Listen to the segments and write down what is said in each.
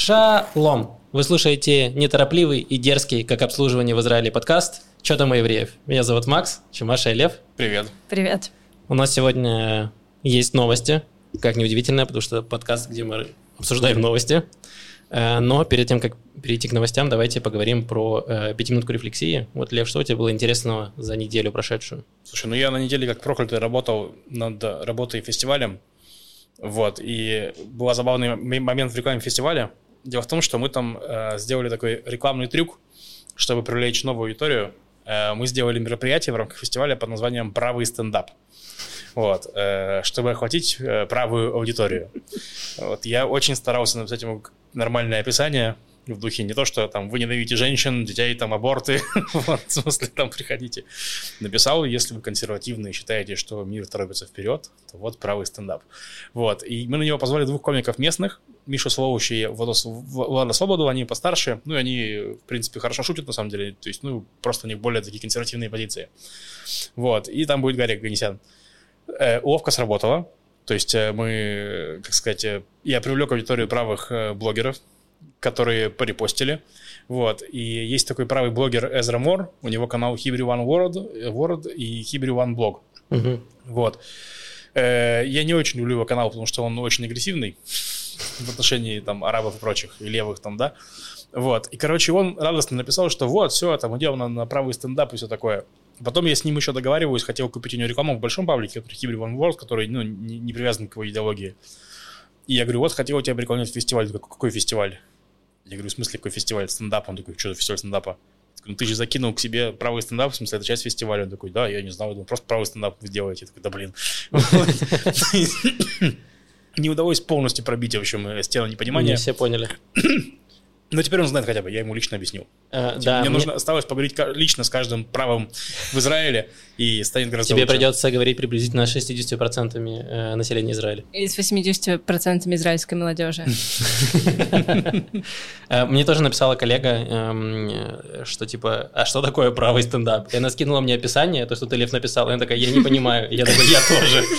Шалом! Вы слушаете неторопливый и дерзкий, как обслуживание в Израиле, подкаст «Чё там у евреев?». Меня зовут Макс, Чумаша и Лев. Привет. Привет. У нас сегодня есть новости, как неудивительно, потому что подкаст, где мы обсуждаем новости. Но перед тем, как перейти к новостям, давайте поговорим про 5-минутку рефлексии. Вот, Лев, что у тебя было интересного за неделю прошедшую? Слушай, я на неделе как проклятый работал над работой фестивалем. Вот, и был забавный момент в рекламе фестиваля. Дело в том, что мы там сделали такой рекламный трюк, чтобы привлечь новую аудиторию. Мы сделали мероприятие в рамках фестиваля под названием «Правый стендап». Вот, чтобы охватить правую аудиторию. Вот, я очень старался написать ему нормальное описание в духе не то, что там вы ненавидите женщин, детей, там аборты, вот, в смысле там приходите. Написал, если вы консервативны и считаете, что мир торопится вперед, то вот правый стендап. Вот, и мы на него позвали 2 комиков местных, Мишу Словущ и Влада Свободу, они постарше, и они, в принципе, хорошо шутят на самом деле, то есть, просто у них более такие консервативные позиции. Вот, и там будет Гарик Оганесян. Уловка сработала, то есть мы, как сказать, я привлек аудиторию правых блогеров, которые порепостили, вот, и есть такой правый блогер Эзра Мор, у него канал Hebrew One World и Hebrew One Blog, вот. Я не очень люблю его канал, потому что он очень агрессивный в отношении там арабов и прочих, и левых там, да, вот, и, короче, он радостно написал, что вот, все, там, идем на правый стендап и все такое. Потом я с ним еще договариваюсь, хотел купить у него рекламу в большом паблике, который Hebrew One World, который, не привязан к его идеологии. И я говорю, вот, хотел у тебя рекламировать фестиваль. Он такой, какой фестиваль? Я говорю, в смысле, какой фестиваль? Стендап. Он такой, что за фестиваль стендапа? Я говорю, ты же закинул к себе правый стендап, в смысле, это часть фестиваля. Он такой, да, я не знал, просто правый стендап вы делаете. Я такой, да блин. Не удалось полностью пробить, в общем, стену непонимания. Не все поняли. Но теперь он знает хотя бы, я ему лично объяснил. Да, мне нужно осталось поговорить лично с каждым правым в Израиле, и станет гораздо тебе лучше. Придется говорить приблизительно с 60% населения Израиля. И с 80% израильской молодежи. Мне тоже написала коллега, что типа, а что такое правый стендап? И она скинула мне описание, то, что ты, Лев, написал, и она такая, я не понимаю. И я такой, я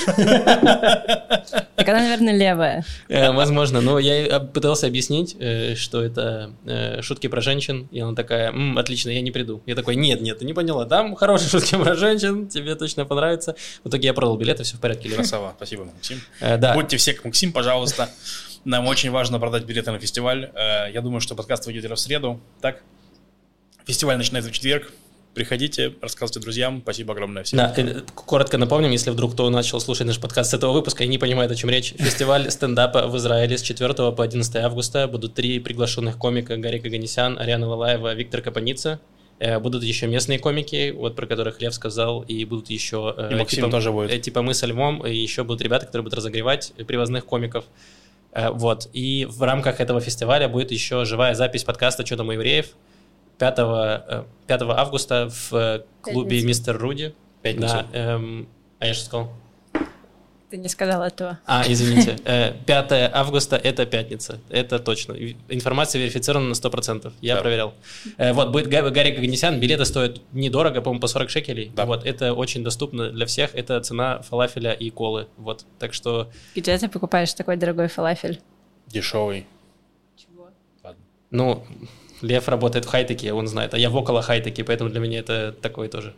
тоже. Так она, наверное, левая. Возможно, но я пытался объяснить, что это шутки про женщин, и она такая, отлично, я не приду. Я такой, нет, ты не поняла, там хорошие шутки про женщин, тебе точно понравится. В итоге я продал билеты, все в порядке. Красава, спасибо, Максим. Да. Будьте все как Максим, пожалуйста. Нам очень важно продать билеты на фестиваль. Я думаю, что подкаст выйдет в среду. Так? Фестиваль начинается в четверг. Приходите, рассказывайте друзьям. Спасибо огромное всем. Да, коротко напомним, если вдруг кто начал слушать наш подкаст с этого выпуска и не понимает, о чем речь. Фестиваль стендапа в Израиле с 4 по 11 августа. Будут 3 приглашенных комика: Гарик Оганесян, Ариана Лалаева, Виктор Капаница. Будут еще местные комики, вот про которых Лев сказал, и будут еще и Максим тоже будет. Типа мы со Львом, и еще будут ребята, которые будут разогревать привозных комиков. Вот. И в рамках этого фестиваля будет еще живая запись подкаста «Чё там у евреев» 5 августа в клубе «Мистер Руди». Пятница. Да, а я что сказал? Ты не сказал этого. Извините. 5 августа – это пятница. Это точно. Информация верифицирована на 100%. Я проверял. Вот, будет Гарик Оганесян. Билеты стоят недорого, по-моему, по 40 шекелей. Да. Вот, это очень доступно для всех. Это цена фалафеля и колы. Вот, так что… Где ты покупаешь такой дорогой фалафель? Дешевый. Чего? Ладно. Лев работает в хай-теке, он знает. А я в около хай-теке, поэтому для меня это такое тоже.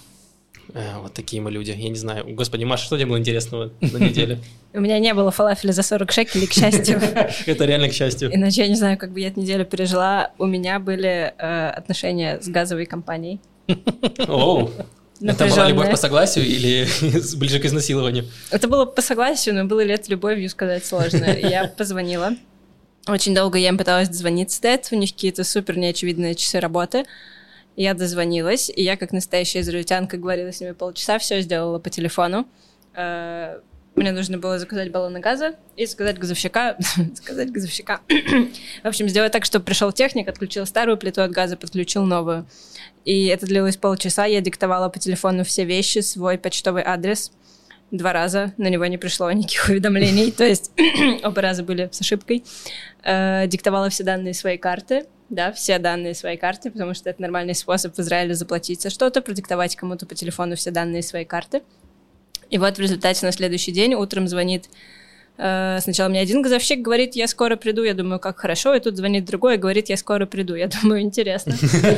Вот такие мы люди. Я не знаю. Господи, Маша, что тебе было интересного на неделе? У меня не было фалафеля за 40 шекелей, к счастью. Это реально к счастью. Иначе я не знаю, как бы я эту неделю пережила. У меня были отношения с газовой компанией. Оу. Это была любовь по согласию или ближе к изнасилованию? Это было по согласию, но было ли это любовью, сказать сложно. Я позвонила. Очень долго я им пыталась дозвониться до этого. У них какие-то супер неочевидные часы работы. Я дозвонилась, и я, как настоящая израильтянка, говорила с ними полчаса, все сделала по телефону. Мне нужно было заказать баллоны газа и сказать газовщика. В общем, сделать так, чтобы пришел техник, отключил старую плиту от газа, подключил новую. И это длилось полчаса. Я диктовала по телефону все вещи, свой почтовый адрес. 2 раза, на него не пришло никаких уведомлений, то есть оба раза были с ошибкой. Диктовала все данные своей карты, да, все данные своей карты, потому что это нормальный способ в Израиле заплатить за что-то, продиктовать кому-то по телефону все данные своей карты. И вот в результате на следующий день утром звонит Сначала мне один газовщик говорит, я скоро приду, я думаю, как хорошо, и тут звонит другой и говорит, я скоро приду, я думаю, интересно.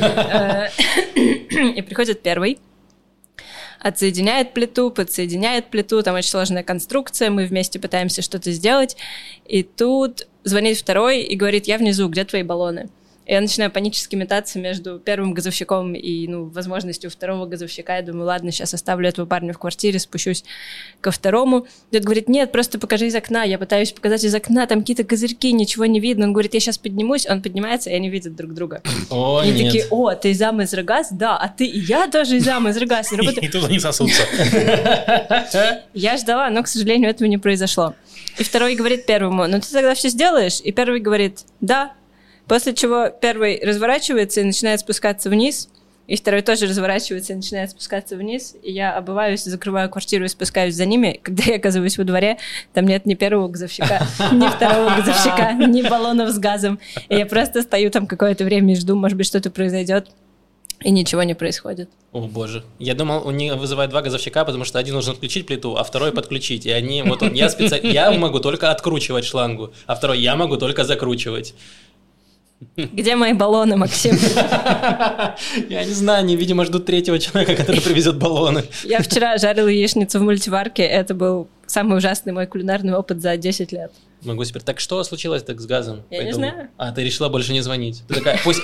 И приходит первый, отсоединяет плиту, подсоединяет плиту, там очень сложная конструкция, мы вместе пытаемся что-то сделать, и тут звонит второй и говорит, я внизу, где твои баллоны? И я начинаю панически метаться между первым газовщиком и, возможностью второго газовщика. Я думаю, ладно, сейчас оставлю этого парня в квартире, спущусь ко второму. Дед говорит, нет, просто покажи из окна. Я пытаюсь показать из окна, там какие-то козырьки, ничего не видно. Он говорит, я сейчас поднимусь. Он поднимается, и они видят друг друга. О, и нет. такие, о, ты из Амазрагас? Да, а ты и я тоже из Амазрагас. И тут они сосутся. Я ждала, но, к сожалению, этого не произошло. И второй говорит первому, ну ты тогда все сделаешь? И первый говорит, да. После чего первый разворачивается и начинает спускаться вниз, и второй тоже разворачивается и начинает спускаться вниз, и я обуваюсь, закрываю квартиру и спускаюсь за ними. Когда я оказываюсь во дворе, там нет ни первого газовщика, ни второго газовщика, ни баллонов с газом. И я просто стою там какое-то время и жду, может быть, что-то произойдет, и ничего не происходит. О, боже. Я думал, у них вызывают два газовщика, потому что один нужно отключить плиту, а второй подключить. И они, я могу только откручивать шлангу, а второй я могу только закручивать. Где мои баллоны, Максим? Я не знаю, они, видимо, ждут третьего человека, который привезет баллоны. Я вчера жарила яичницу в мультиварке, это был самый ужасный мой кулинарный опыт за 10 лет. Могу теперь. Так что случилось так с газом? Я не знаю. А, ты решила больше не звонить. Ты такая, пусть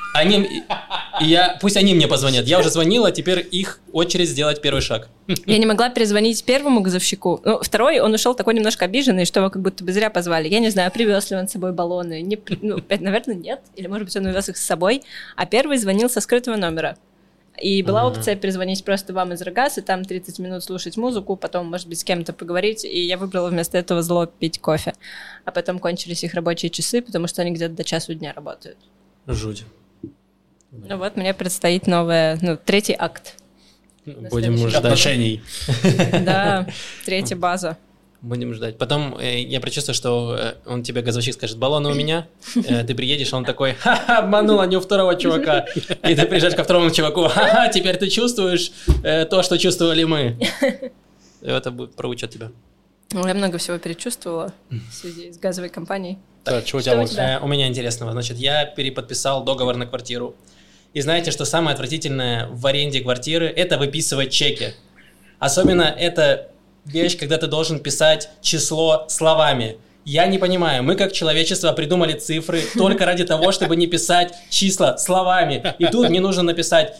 они мне позвонят. Я уже звонила, теперь их очередь сделать первый шаг. Я не могла перезвонить первому газовщику. Ну, второй, он ушел такой немножко обиженный, что его как будто бы зря позвали. Я не знаю, привез ли он с собой баллоны. Наверное, нет. Или, может быть, он увез их с собой. А первый звонил со скрытого номера. И была опция перезвонить просто вам из Рогас, и там 30 минут слушать музыку, потом, может быть, с кем-то поговорить. И я выбрала вместо этого зло пить кофе. А потом кончились их рабочие часы, потому что они где-то до часу дня работают. Жуть. Ну вот, мне предстоит новая, третий акт. Будем ждать. Отношений. Да, третья база. Будем ждать. Потом я прочувствую, что он тебе, газовщик, скажет, баллоны у меня. Ты приедешь, а он такой, ха-ха, обманула не у второго чувака. И ты приезжаешь ко второму чуваку, ха-ха, теперь ты чувствуешь то, что чувствовали мы. И это проучат тебя. Я много всего перечувствовала в связи с газовой компанией. Так, что у тебя? У меня интересного. Значит, я переподписал договор на квартиру. И знаете, что самое отвратительное в аренде квартиры – это выписывать чеки. Особенно это вещь, когда ты должен писать число словами. Я не понимаю, мы как человечество придумали цифры только ради того, чтобы не писать числа словами. И тут мне нужно написать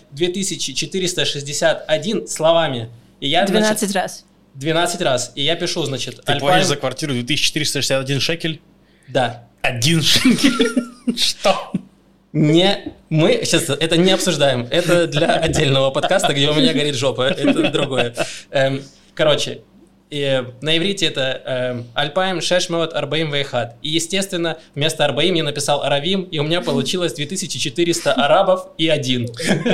2461 словами. И я, 12 раз. 12 раз. И я пишу, значит... Ты платишь за квартиру 2461 шекель? Да. 1 шекель? Что? Мы сейчас это не обсуждаем. Это для отдельного подкаста, где у меня горит жопа. Это другое. Короче, на иврите это Альпаим, Шешмеот, Арбаим, Вейхат. И, естественно, вместо Арбаим я написал Аравим, и у меня получилось 2400 арабов и 1.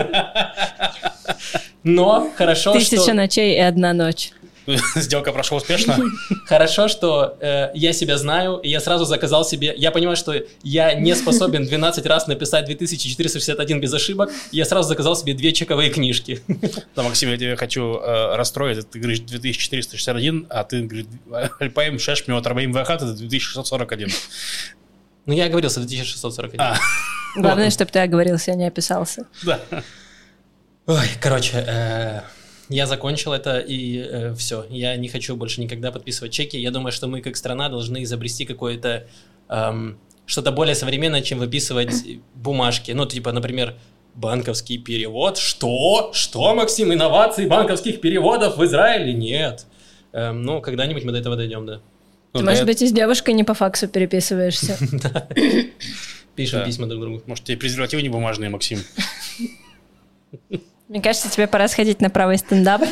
Но хорошо, 1000 ночей и 1 ночь. Сделка прошла успешно? Хорошо, что я себя знаю, и я сразу заказал себе... Я понимаю, что я не способен 12 раз написать 2461 без ошибок, и я сразу заказал себе 2 чековые книжки. Да, Максим, я тебя хочу расстроить. Ты говоришь 2461, а ты говоришь Альпаим, Шешмеот, Арбаим, Вейхат, это 2641. Ну, я оговорился 2641. Главное, чтобы ты оговорился, а не описался. Да. Ой, короче... Я закончил это, и все. Я не хочу больше никогда подписывать чеки. Я думаю, что мы как страна должны изобрести какое-то что-то более современное, чем выписывать бумажки. Ну, типа, например, банковский перевод. Что? Что, Максим? Инновации банковских переводов в Израиле? Нет. Ну, когда-нибудь мы до этого дойдем, да. Ты, может быть, и с девушкой не по факсу переписываешься. Пишем письма друг другу. Может, тебе презервативы не бумажные, Максим? Мне кажется, тебе пора сходить на правый стендап.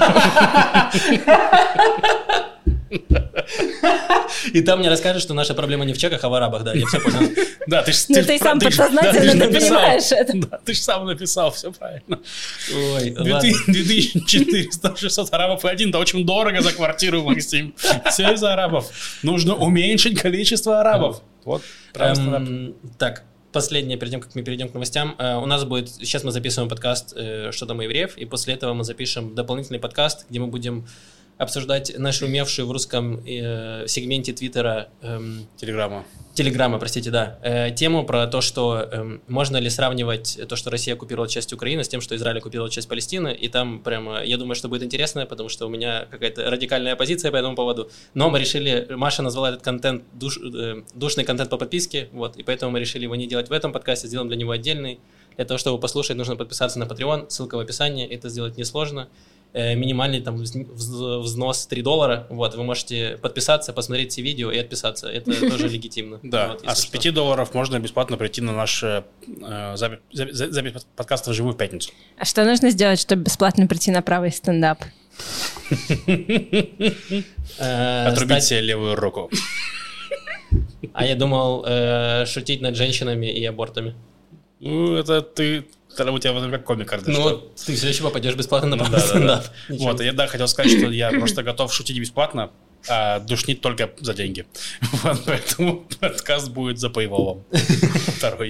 И там мне расскажут, что наша проблема не в чеках, а в арабах, да, я все понял. Да, ты сам подсознательно понимаешь это. Да, ты же сам написал, все правильно. Ой, ладно. 2400-600 арабов и 1, это очень дорого за квартиру, Максим. Все из-за арабов. Нужно уменьшить количество арабов. Вот, так. Последнее, перед тем, как мы перейдем к новостям, у нас будет, сейчас мы записываем подкаст «Что там у евреев», и после этого мы запишем дополнительный подкаст, где мы будем обсуждать нашумевшую в русском сегменте Твиттера... Телеграма, простите, да. Тему про то, что можно ли сравнивать то, что Россия оккупировала часть Украины, с тем, что Израиль оккупировал часть Палестины. И там прямо, я думаю, что будет интересно, потому что у меня какая-то радикальная позиция по этому поводу. Но мы решили, Маша назвала этот контент душный контент по подписке, вот, и поэтому мы решили его не делать в этом подкасте, сделаем для него отдельный. Для того, чтобы послушать, нужно подписаться на Patreon, ссылка в описании, это сделать несложно. Минимальный там взнос $3, вот, вы можете подписаться, посмотреть все видео и отписаться, это тоже легитимно. Да, вот, а с $5 можно бесплатно прийти на наш запись подкаста «Вживую» в пятницу. А что нужно сделать, чтобы бесплатно прийти на правый стендап? Отрубить себе левую руку. А я думал шутить над женщинами и абортами. Ну, это ты... Тогда у тебя вот как комик, Ардеш. Ну, ты все еще попадешь бесплатно на правый стендап. Вот, я хотел сказать, что я просто готов шутить бесплатно, а душнить только за деньги. Вот, поэтому подкаст будет за paywall. Второй.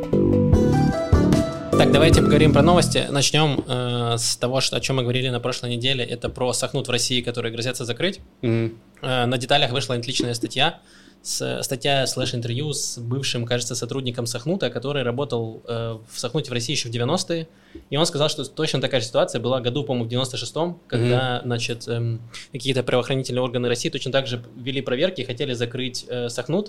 Так, давайте поговорим про новости. Начнем с того, о чем мы говорили на прошлой неделе. Это про Сахнут в России, которые грозятся закрыть. На деталях вышла отличная статья. Статья/интервью с бывшим, кажется, сотрудником Сахнута, который работал в Сахнуте в России еще в 90-е. И он сказал, что точно такая же ситуация была году, по-моему, в 96-м, когда, значит, какие-то правоохранительные органы России точно так же вели проверки и хотели закрыть Сахнут.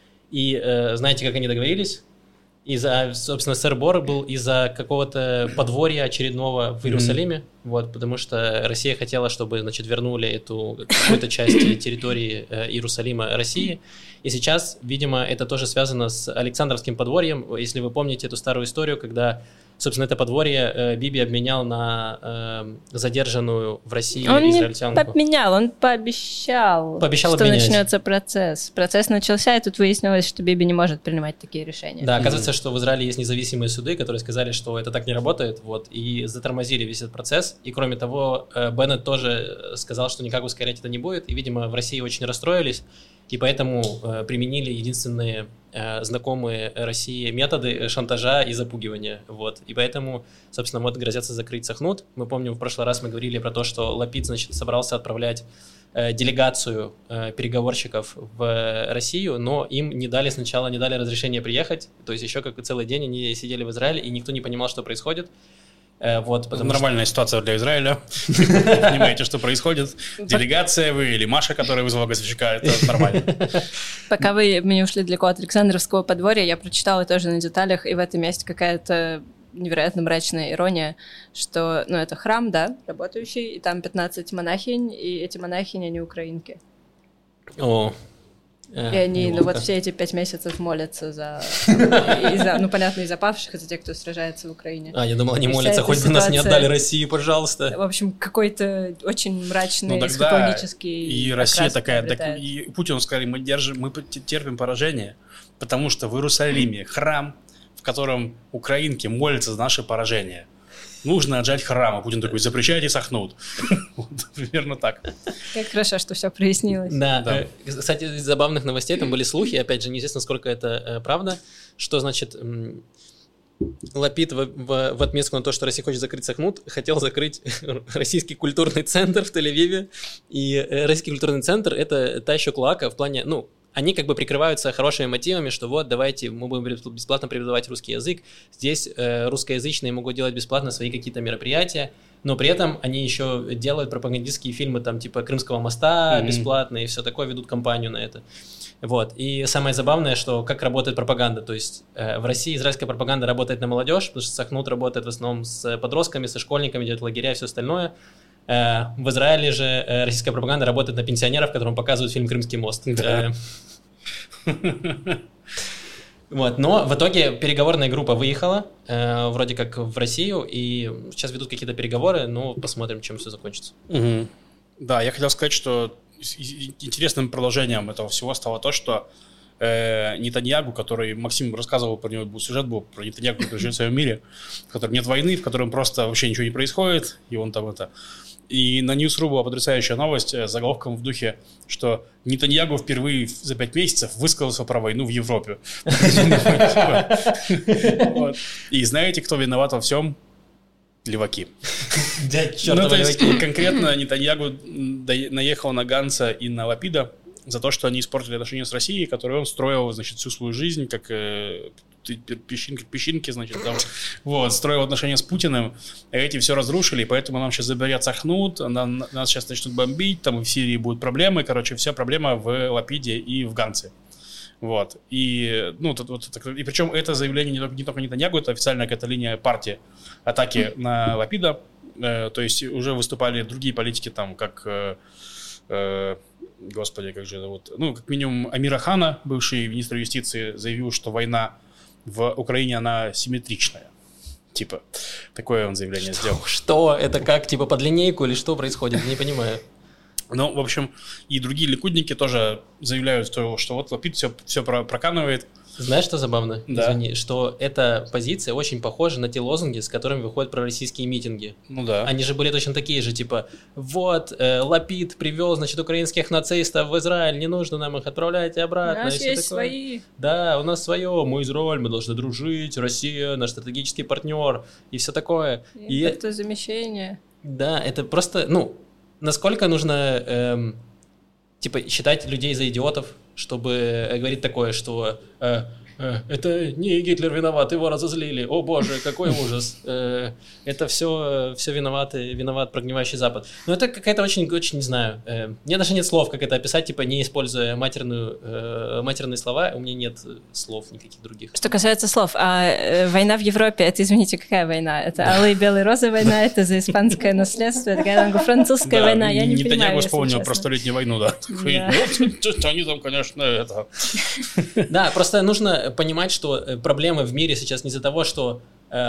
И знаете, как они договорились? Собственно, сыр-бор был из-за какого-то подворья очередного в Иерусалиме, вот, потому что Россия хотела, чтобы, значит, вернули эту какую-то часть территории Иерусалима России. И сейчас, видимо, это тоже связано с Александровским подворьем. Если вы помните эту старую историю, когда, собственно, это подворье Биби обменял на задержанную в России израильтянку. Он не обменял, он пообещал что обменять. Начнется процесс. Процесс начался, и тут выяснилось, что Биби не может принимать такие решения. Да, оказывается, что в Израиле есть независимые суды, которые сказали, что это так не работает, вот, и затормозили весь этот процесс. И, кроме того, Беннет тоже сказал, что никак ускорять это не будет, и, видимо, в России очень расстроились, и поэтому применили единственные знакомые России методы шантажа и запугивания. Вот. И поэтому, собственно, вот грозятся закрыть Сахнут. Мы помним, в прошлый раз мы говорили про то, что Лапид, значит, собрался отправлять делегацию переговорщиков в Россию, но им не дали разрешения приехать. То есть еще как целый день они сидели в Израиле, и никто не понимал, что происходит. Вот, нормальная ситуация для Израиля. Вы понимаете, что происходит. Делегация вы или Маша, которая вызвала газовщика, это нормально. Пока мы не ушли далеко от Александровского подворья, я прочитала тоже на деталях, и в этом есть какая-то невероятно мрачная ирония, что, это храм, да, работающий, и там 15 монахинь, и эти монахини, они украинки. О. И они, все эти 5 месяцев молятся понятно, и за павших, и за тех, кто сражается в Украине. Я думал, они молятся, хоть бы нас не отдали России, пожалуйста. В общем, какой-то очень мрачный, эсхатологический и Россия такая, и Путину сказали, мы терпим поражение, потому что в Иерусалиме храм, в котором украинки молятся за наше поражение. Нужно отжать храм, а Путин такой, запрещайте Сахнут. Примерно так. Как хорошо, что все прояснилось. Да. Кстати, из забавных новостей там были слухи, опять же, неизвестно, сколько это правда, что, значит, Лапид в отместку на то, что Россия хочет закрыть Сахнут, хотел закрыть Российский культурный центр в Тель-Авиве. И Российский культурный центр — это та еще клоака в плане, они как бы прикрываются хорошими мотивами, что вот, давайте мы будем бесплатно преподавать русский язык, здесь русскоязычные могут делать бесплатно свои какие-то мероприятия, но при этом они еще делают пропагандистские фильмы, там, типа «Крымского моста» бесплатно и все такое, ведут кампанию на это. Вот. И самое забавное, что как работает пропаганда, то есть в России израильская пропаганда работает на молодежь, потому что Сахнут работает в основном с подростками, со школьниками, делает лагеря и все остальное. В Израиле же российская пропаганда работает на пенсионеров, которым показывают фильм «Крымский мост». Да. Вот, но в итоге переговорная группа выехала вроде как в Россию, и сейчас ведут какие-то переговоры, но посмотрим, чем все закончится. Да, я хотел сказать, что интересным продолжением этого всего стало то, что Нетаньягу, который Максим рассказывал про него, сюжет был про Нетаньягу, который живет в своем мире, в котором нет войны, в котором просто вообще ничего не происходит, и он там это... И на Ньюс.ру была потрясающая новость с заголовком в духе, что Нетаньягу впервые за 5 месяцев высказался про войну в Европе. И знаете, кто виноват во всем? Леваки. Чёртовы то есть леваки. конкретно Нетаньягу наехал на Ганца и на Лапида за то, что они испортили отношения с Россией, которые он строил, значит, всю свою жизнь, как песчинки, значит, там, вот, строил отношения с Путиным, а эти все разрушили, и поэтому нам сейчас заберят Сахнут, нас сейчас начнут бомбить, там в Сирии будут проблемы, короче, вся проблема в Лапиде и в Ганце. Вот. И, и причем это заявление не только Нетаньягу, это официальная какая-то линия партии атаки на Лапида. То есть уже выступали другие политики, там, как, господи, как же зовут, как минимум Амир Ахана, бывший министр юстиции, заявил, что война в Украине, она симметричная. Типа, такое он заявление сделал. Что? Это как, типа, под линейку или что происходит? Не понимаю. Ну, в общем, и другие ликудники тоже заявляют, что вот Лапид все проканывает. Знаешь, что забавно? Да. Извини, что эта позиция очень похожа на те лозунги, с которыми выходят пророссийские митинги. Ну да. Они же были точно такие же, типа, вот, Лапид привел, значит, украинских нацистов в Израиль, не нужно нам их отправлять обратно. У нас есть свои. Да, у нас свое, мы Израиль, мы должны дружить, Россия, наш стратегический партнер, и все такое. Это замещение. Да, это просто, насколько нужно, считать людей за идиотов, чтобы говорить такое, что это не Гитлер виноват, его разозлили, о боже, какой ужас, это все виноват прогнивающий Запад. Но это какая-то очень, не знаю, мне даже нет слов, как это описать, типа не используя матерные слова, у меня нет слов никаких других. Что касается слов, война в Европе, это, извините, какая война? Это алые, белые, розовая война, это за испанское наследство, это какая-то французская война, я не понимаю, Нетаньягу вспомнил про Столетнюю войну, да. Они там, конечно, это... Да, просто нужно понимать, что проблемы в мире сейчас не из-за того, что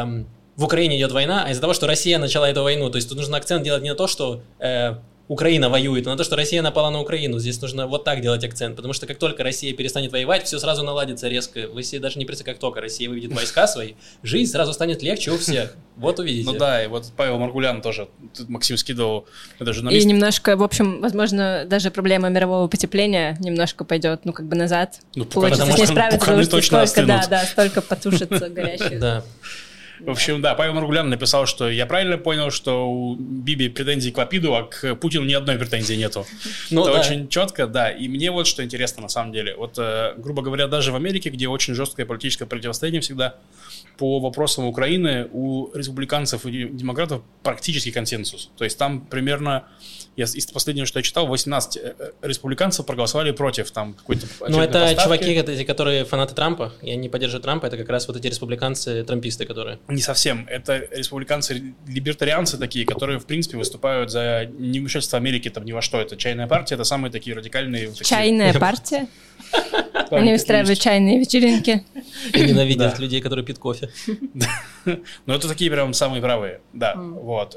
в Украине идет война, а из-за того, что Россия начала эту войну. То есть тут нужно акцент делать не на то, что Украина воюет, а на то, что Россия напала на Украину. Здесь нужно вот так делать акцент, потому что как только Россия перестанет воевать, все сразу наладится резко. Вы себе даже не представляете, как только Россия выведет войска свои, жизнь сразу станет легче у всех. Вот увидите. Ну да, и вот Павел Маргулян тоже, тут Максим скидывал, это журналист. И немножко, в общем, возможно, даже проблема мирового потепления немножко пойдет, назад. Получится с ней справиться, потому что столько потушится горящих. Да. В общем, да, Павел Маргулян написал, что я правильно понял, что у Биби претензий к Лапиду, а к Путину ни одной претензии нету. Это очень четко, да. И мне вот что интересно на самом деле. Вот, грубо говоря, даже в Америке, где очень жесткое политическое противостояние всегда, по вопросам Украины у республиканцев и демократов практически консенсус. То есть там примерно, из последнего, что я читал, 18 республиканцев проголосовали против там какой-то Ну, это поставки. чуваки, эти, которые фанаты Трампа, и они поддерживают Трампа, это как раз вот эти республиканцы-трамписты, которые... Не совсем. Это республиканцы-либертарианцы такие, которые, в принципе, выступают за невмешательство Америки там ни во что. Это чайная партия, это самые такие радикальные... Чайная партия? Они устраивают чайные вечеринки. И ненавидят людей, которые пьют кофе. Ну, это такие прям самые правые, да. Вот.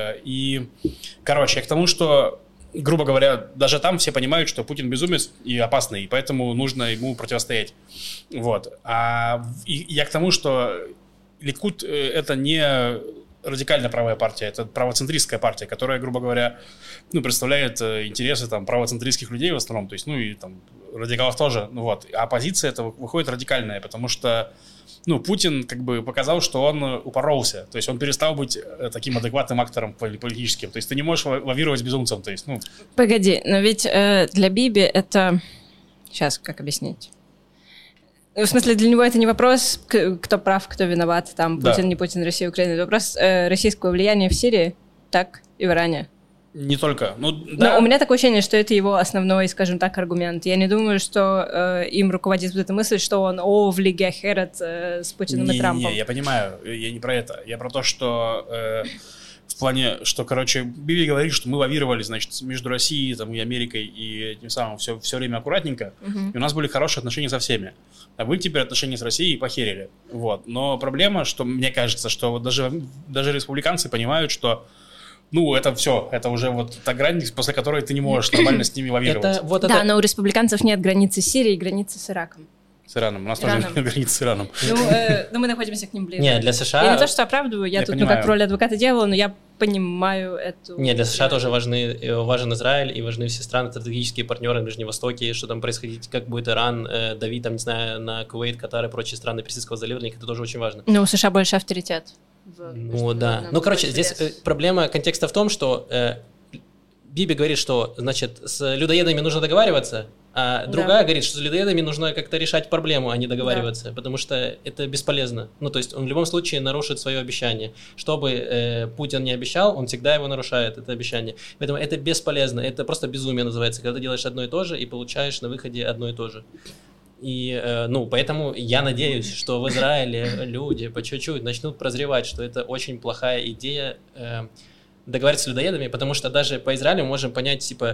И, короче, я к тому, что, грубо говоря, даже там все понимают, что Путин безумец и опасный, и поэтому нужно ему противостоять. Вот. И я к тому, что Ликуд — это не радикально правая партия, это правоцентристская партия, которая, грубо говоря, представляет интересы там правоцентристских людей в основном, то есть, и там радикалов тоже, вот. А оппозиция это выходит радикальная, потому что, Путин как бы показал, что он упоролся, то есть он перестал быть таким адекватным актором политическим, то есть ты не можешь лавировать с безумцем, то есть, Погоди, но ведь для Биби это... Сейчас, как объяснить? В смысле, для него это не вопрос, кто прав, кто виноват, там, Путин, не Путин, Россия, Украина. Это вопрос российского влияния в Сирии, так, и в Иране. Не только. Но у меня такое ощущение, что это его основной, скажем так, аргумент. Я не думаю, что им руководит вот эта мысль, что он в лиге Ахерет с Путиным и Трампом. Не, я понимаю, я не про это. Я про то, что... В плане, что, Биби говорит, что мы лавировали, значит, между Россией и Америкой и тем самым все время аккуратненько, и у нас были хорошие отношения со всеми. А вы теперь отношения с Россией похерили. Вот. Но проблема, что мне кажется, что вот даже республиканцы понимают, что это все, это уже вот та грань, после которой ты не можешь нормально с ними лавировать. Да, но у республиканцев нет границы с Сирией, границы с Ираком. С Ираном. У нас тоже нет границ с Ираном. Мы находимся к ним ближе. Не, для США... Я не то, что оправдываю, я тут, как роль адвоката дьявола, но я понимаю эту... Не, для США тоже важен Израиль, и важны все страны, стратегические партнеры на Ближнем Востоке, что там происходить, как будет Иран давить, там, не знаю, на Кувейт, Катар и прочие страны Персидского залива, для них это тоже очень важно. Но у США больше авторитет. Ну да. Ну, короче, здесь проблема контекста в том, что Биби говорит, что, значит, с людоедами нужно договариваться, а другая говорит, что с людоедами нужно как-то решать проблему, а не договариваться, потому что это бесполезно. Ну, то есть он в любом случае нарушит свое обещание. Что бы Путин не обещал, он всегда его нарушает, это обещание. Поэтому это бесполезно, это просто безумие называется, когда ты делаешь одно и то же и получаешь на выходе одно и то же. И, ну, поэтому я надеюсь, что в Израиле люди по чуть-чуть начнут прозревать, что это очень плохая идея договориться с людоедами, потому что даже по Израилю мы можем понять, типа,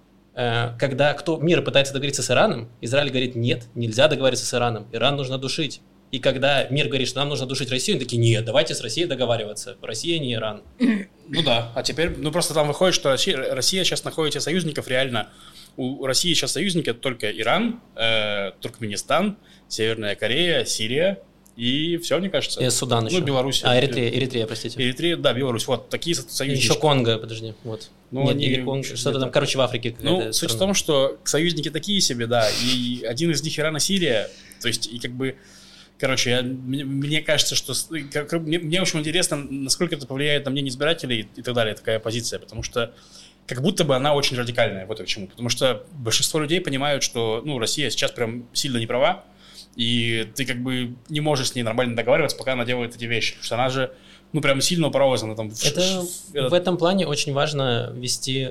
когда мир пытается договориться с Ираном, Израиль говорит, нет, нельзя договориться с Ираном, Иран нужно душить. И когда мир говорит, что нам нужно душить Россию, они такие, нет, давайте с Россией договариваться, Россия не Иран. Ну да, а теперь, ну просто там выходит, что Россия сейчас находит союзников реально. У России сейчас союзники только Иран, Туркменистан, Северная Корея, Сирия. И все, мне кажется. И Судан еще. Ну, Беларусь. Эритрея, простите. Эритрея, да, Беларусь. Вот такие союзники. Еще Конго, подожди. Вот. Ну, нет, или Конго, что-то там, короче, в Африке. Ну, суть в том, что союзники такие себе, да. И один из них Иран и Сирия. То есть, и как бы, короче, мне кажется, что... Мне очень интересно, насколько это повлияет на мнение избирателей и так далее, такая позиция. Потому что как будто бы она очень радикальная. Вот к чему. Потому что большинство людей понимают, что, ну, Россия сейчас прям сильно не права. И ты как бы не можешь с ней нормально договариваться, пока она делает эти вещи. Потому что она же, ну, прям сильно упоролась. Она там... В этом плане очень важно вести,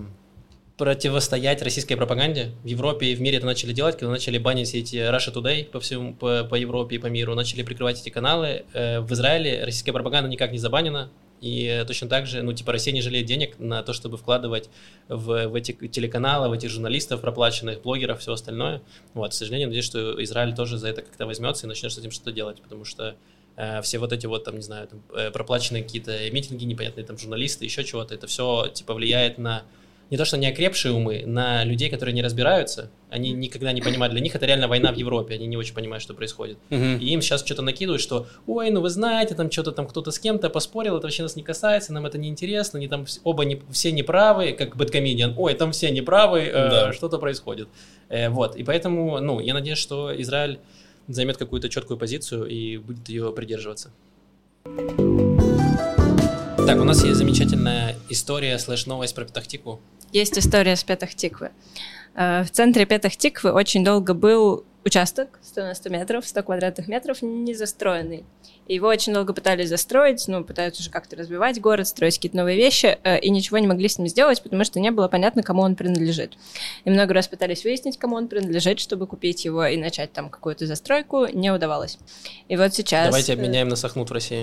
противостоять российской пропаганде. В Европе и в мире это начали делать, когда начали банить все эти Russia Today по Европе и по миру, начали прикрывать эти каналы. В Израиле российская пропаганда никак не забанена. И точно так же, ну, типа, Россия не жалеет денег на то, чтобы вкладывать в эти телеканалы, в этих журналистов проплаченных, блогеров, все остальное. Вот, к сожалению, надеюсь, что Израиль тоже за это как-то возьмется и начнет с этим что-то делать, потому что все вот эти вот, там, не знаю, там, проплаченные какие-то митинги, непонятные там журналисты, еще чего-то, это все, типа, влияет на не то, что неокрепшие умы, на людей, которые не разбираются, они никогда не понимают, для них это реально война в Европе, они не очень понимают, что происходит. И им сейчас что-то накидывают, что, ой, ну вы знаете, там что-то там кто-то с кем-то поспорил, это вообще нас не касается, нам это не интересно, они там все неправы, как бэдкомедиан, ой, там все неправы, что-то происходит. Вот, и поэтому, ну, я надеюсь, что Израиль займет какую-то четкую позицию и будет ее придерживаться. Так, у нас есть замечательная история /новость про Петах-Тикву. Есть история с Петах-Тиквы. В центре Петах-Тиквы очень долго был участок 100 на 100 метров, 100 квадратных метров, не застроенный. И его очень долго пытались застроить, ну, пытаются уже как-то развивать город, строить какие-то новые вещи, и ничего не могли с ним сделать, потому что не было понятно, кому он принадлежит. И много раз пытались выяснить, кому он принадлежит, чтобы купить его и начать там какую-то застройку, не удавалось. И вот сейчас... Давайте обменяем на Сахнут в России.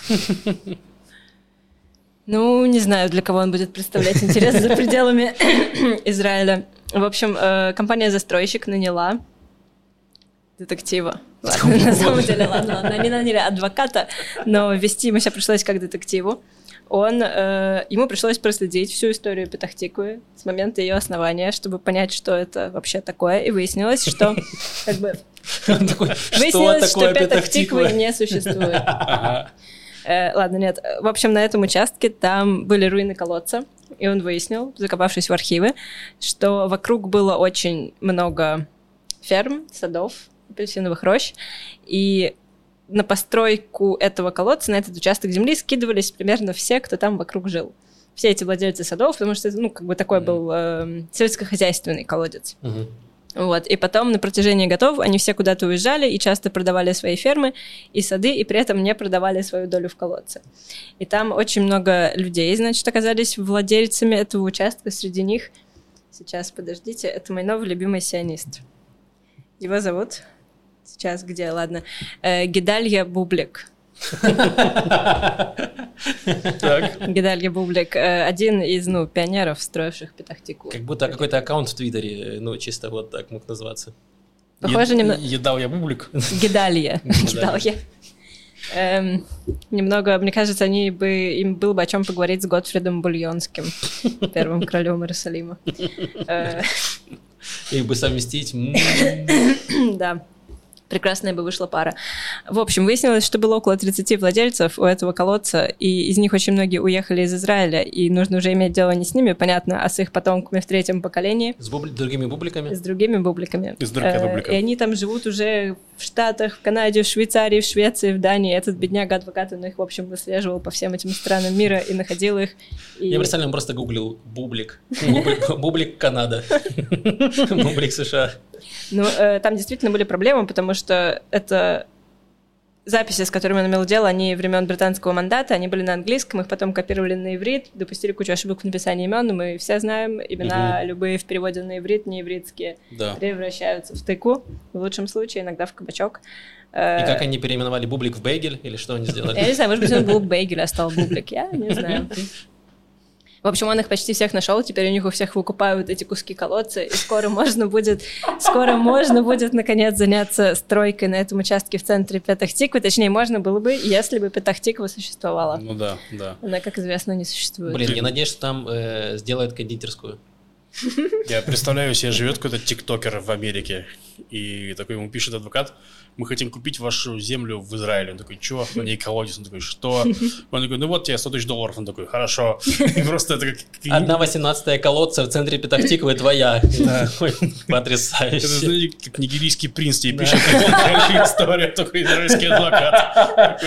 Ну, не знаю, для кого он будет представлять интерес за пределами Израиля. В общем, компания-застройщик наняла детектива. Ладно, на самом деле, ладно. Они наняли адвоката, но вести ему себя пришлось как детективу. Ему пришлось проследить всю историю Петах-Тиквы с момента ее основания, чтобы понять, что это вообще такое. И выяснилось, что как бы... Выяснилось, что Петах-Тиквы не существует. Ладно, нет. В общем, на этом участке там были руины колодца, и он выяснил, закопавшись в архивы, что вокруг было очень много ферм, садов, апельсиновых рощ, и на постройку этого колодца, на этот участок земли скидывались примерно все, кто там вокруг жил. Все эти владельцы садов, потому что, ну, как бы такой был сельскохозяйственный колодец. Вот. И потом на протяжении годов они все куда-то уезжали и часто продавали свои фермы и сады, и при этом не продавали свою долю в колодце. И там очень много людей, значит, оказались владельцами этого участка. Среди них, сейчас, подождите, это мой новый любимый сионист. Его зовут... Сейчас где? Ладно. Гедалья Бублик. Гедалья Бублик. Один из, пионеров, строивших Петах-Тикву. Как будто какой-то аккаунт в Твиттере, чисто вот так мог назваться. Похоже немного... Едалья Бублик? Гедалья. Гедалья. Немного, мне кажется, им было бы о чем поговорить с Готфридом Бульонским, первым королем Иерусалима. Их бы совместить. Да. Прекрасная бы вышла пара. В общем, выяснилось, что было около 30 владельцев у этого колодца, и из них очень многие уехали из Израиля, и нужно уже иметь дело не с ними, понятно, а с их потомками в третьем поколении. С другими бубликами? С другими бубликами. И с другими бубликами. И они там живут уже в Штатах, в Канаде, в Швейцарии, в Швеции, в Дании. Этот бедняга-адвокат, он их, в общем, выслеживал по всем этим странам мира и находил их. И... Я представляю, он просто гуглил Бублик. Бублик Канада. Бублик США. Ну, там действительно были проблемы, потому что это... Записи, с которыми он имел дело, они времен британского мандата, они были на английском, их потом копировали на иврит, допустили кучу ошибок в написании имен, но мы все знаем, имена любые в переводе на иврит, не ивритские, превращаются в тыку, в лучшем случае, иногда в кабачок. И как они переименовали Бублик в Бейгель, или что они сделали? Я не знаю, может быть, он был Бейгель, а стал Бублик, я не знаю. В общем, он их почти всех нашел, теперь у них у всех выкупают эти куски колодца, и скоро можно будет наконец заняться стройкой на этом участке в центре Петах-Тиквы, точнее, можно было бы, если бы Петах-Тиква существовала. Ну да. Она, как известно, не существует. Блин, я надеюсь, что там сделают кондитерскую. Я представляю себе, живет какой-то тиктокер в Америке, и такой ему пишет адвокат: мы хотим купить вашу землю в Израиле. Он такой: чё? На ней колодец. Он такой: что? Он такой: ну вот тебе $100 000. Он такой: хорошо. И просто это как... 1/18 колодца в центре Петах-Тиквы твоя. Потрясающе. Это, знаете, как нигерийский принц тебе пишет такую историю, такой израильский адвокат.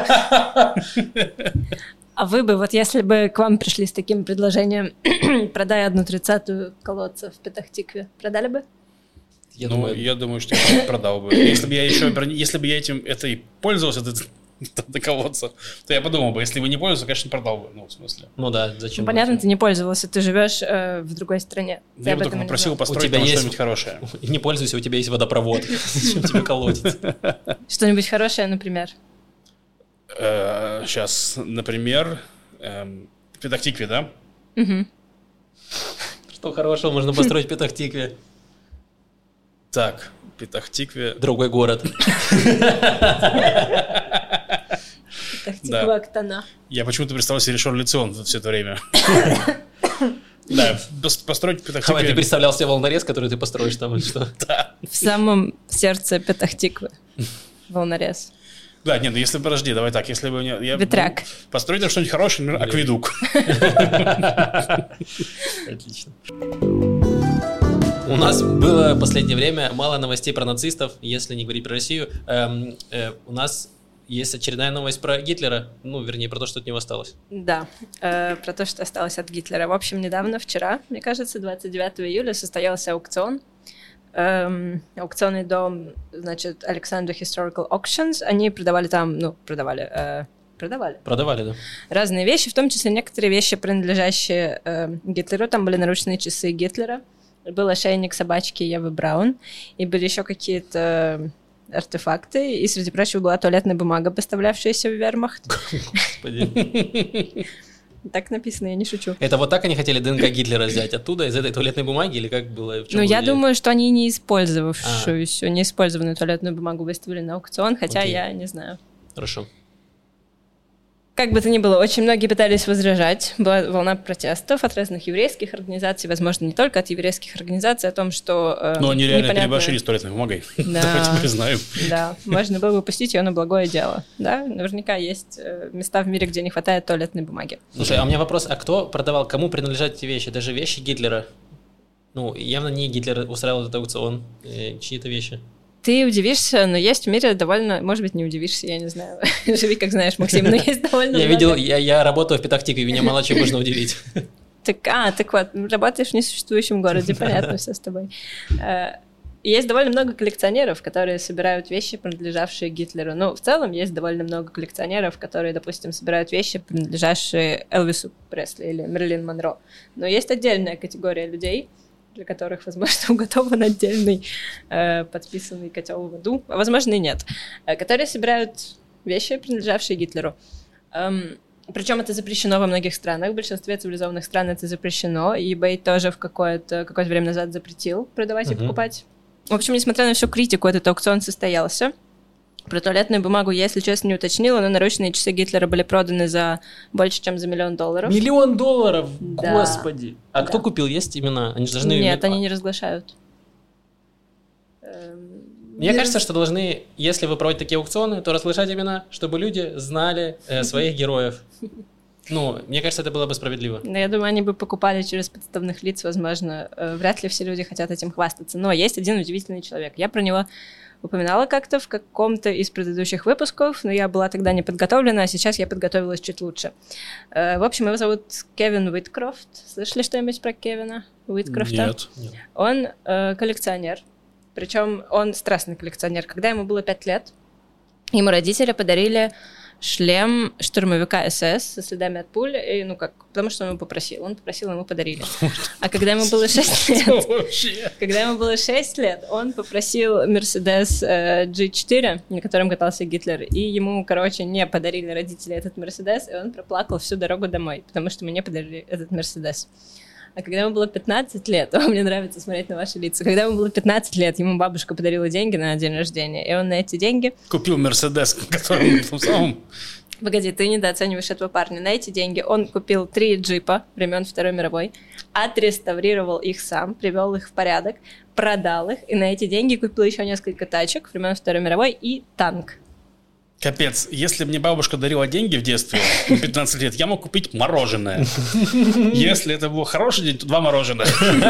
А вы бы, вот если бы к вам пришли с таким предложением: продай 1/30 колодца в Петах-Тикве, продали бы? Я думаю, что я продал бы. Если бы я этой пользовался, до колодца, то я подумал бы, если бы не пользовался, конечно, не продал бы. Ну, в смысле. Ну да, зачем? Ну, понятно, ты не пользовался, ты живешь в другой стране. Я бы только попросил построить там что-нибудь хорошее. Не пользуйся, у тебя есть водопровод. Зачем тебе колодец? Что-нибудь хорошее, например? Сейчас, например, в Петах-Тикве, да? Угу. Что хорошего можно построить в Петах-Тикве? Так, Петах-Тикве... Другой город. Петах-Тиква, Актана. Я почему-то представлял себе Ришон Лецион все это время. Да, построить Петах-Тикве... А ты представлял себе волнорез, который ты построишь там, или что? Да. В самом сердце Петах-Тиквы. Волнорез. Да, нет, ну если, подожди, давай так, если бы... Ветряк. Построить там что-нибудь хорошее, например, акведук. Отлично. У нас было в последнее время мало новостей про нацистов, если не говорить про Россию. У нас есть очередная новость про Гитлера, ну, вернее, про то, что от него осталось. Да, про то, что осталось от Гитлера. В общем, недавно, вчера, мне кажется, 29 июля состоялся аукцион. Аукционный дом, значит, Alexander Historical Auctions. Они продавали там, продавали, да. Разные вещи, в том числе некоторые вещи, принадлежащие Гитлеру. Там были наручные часы Гитлера, был ошейник собачки Евы Браун, и были еще какие-то артефакты, и, среди прочего, была туалетная бумага, поставлявшаяся в вермахт. Господи. Так написано, я не шучу. Это вот так они хотели ДНК Гитлера взять оттуда, из этой туалетной бумаги, или как было? Ну, я думаю, что они не использованную туалетную бумагу выставили на аукцион, хотя я не знаю. Хорошо. Как бы то ни было, очень многие пытались возражать. Была волна протестов от разных еврейских организаций, возможно, не только от еврейских организаций, о том, что... Но они реально переборщили с туалетной бумагой. Да. Давайте признаем. Да, можно было бы пустить ее на благое дело. Да, наверняка есть места в мире, где не хватает туалетной бумаги. Слушай, а у меня вопрос, а кто продавал, кому принадлежат эти вещи? Даже вещи Гитлера? Ну, явно не Гитлер устраивал этот аукцион, чьи-то вещи. Ты удивишься, но есть в мире довольно... Может быть, не удивишься, я не знаю. Живи, как знаешь, Максим, но есть довольно много... Я видел, я работаю в Петах-Тикве, меня мало чего можно удивить. Так вот, работаешь в несуществующем городе, понятно все с тобой. Есть довольно много коллекционеров, которые собирают вещи, принадлежавшие Гитлеру. Ну, в целом, есть довольно много коллекционеров, которые, допустим, собирают вещи, принадлежавшие Элвису Пресли или Мерлин Монро. Но есть отдельная категория людей, для которых, возможно, уготован отдельный подписанный котел в аду, а возможно и нет, которые собирают вещи, принадлежавшие Гитлеру. Причем это запрещено во многих странах, в большинстве цивилизованных стран это запрещено, и eBay тоже в какое-то время назад запретил продавать и покупать. В общем, несмотря на всю критику, этот аукцион состоялся. Про туалетную бумагу я, если честно, не уточнила, но наручные часы Гитлера были проданы за больше, чем за $1 миллион. $1 миллион? Да. Господи! А кто купил? Есть имена? Они же должны... Нет, они не разглашают. Мне кажется, что должны, если вы проводите такие аукционы, то разглашать имена, чтобы люди знали своих героев. Ну, мне кажется, это было бы справедливо. Но я думаю, они бы покупали через подставных лиц, возможно. Вряд ли все люди хотят этим хвастаться. Но есть один удивительный человек. Я про него упоминала как-то в каком-то из предыдущих выпусков, но я была тогда не подготовлена, а сейчас я подготовилась чуть лучше. В общем, его зовут Кевин Уиткрофт. Слышали что-нибудь про Кевина Уиткрофта? Нет. Он коллекционер, причем он страстный коллекционер. Когда ему было 5 лет, ему родители подарили шлем штурмовика СС со следами от пуль, и, потому что он его попросил. Он попросил, ему подарили. А когда ему было 6 лет, он попросил Мерседес G4, на котором катался Гитлер, и ему, не подарили родители этот Мерседес, и он проплакал всю дорогу домой, потому что мне подарили этот Мерседес. А когда ему было 15 лет, мне нравится смотреть на ваши лица, когда ему было 15 лет, ему бабушка подарила деньги на день рождения, и он на эти деньги... Купил Мерседес, который в том самом... Погоди, ты недооцениваешь этого парня. На эти деньги он купил 3 джипа времен Второй мировой, отреставрировал их сам, привел их в порядок, продал их, и на эти деньги купил еще несколько тачек времен Второй мировой и танк. Капец, если мне бабушка дарила деньги в детстве, в 15 лет, я мог купить мороженое. Если это был хороший день, то 2 мороженых.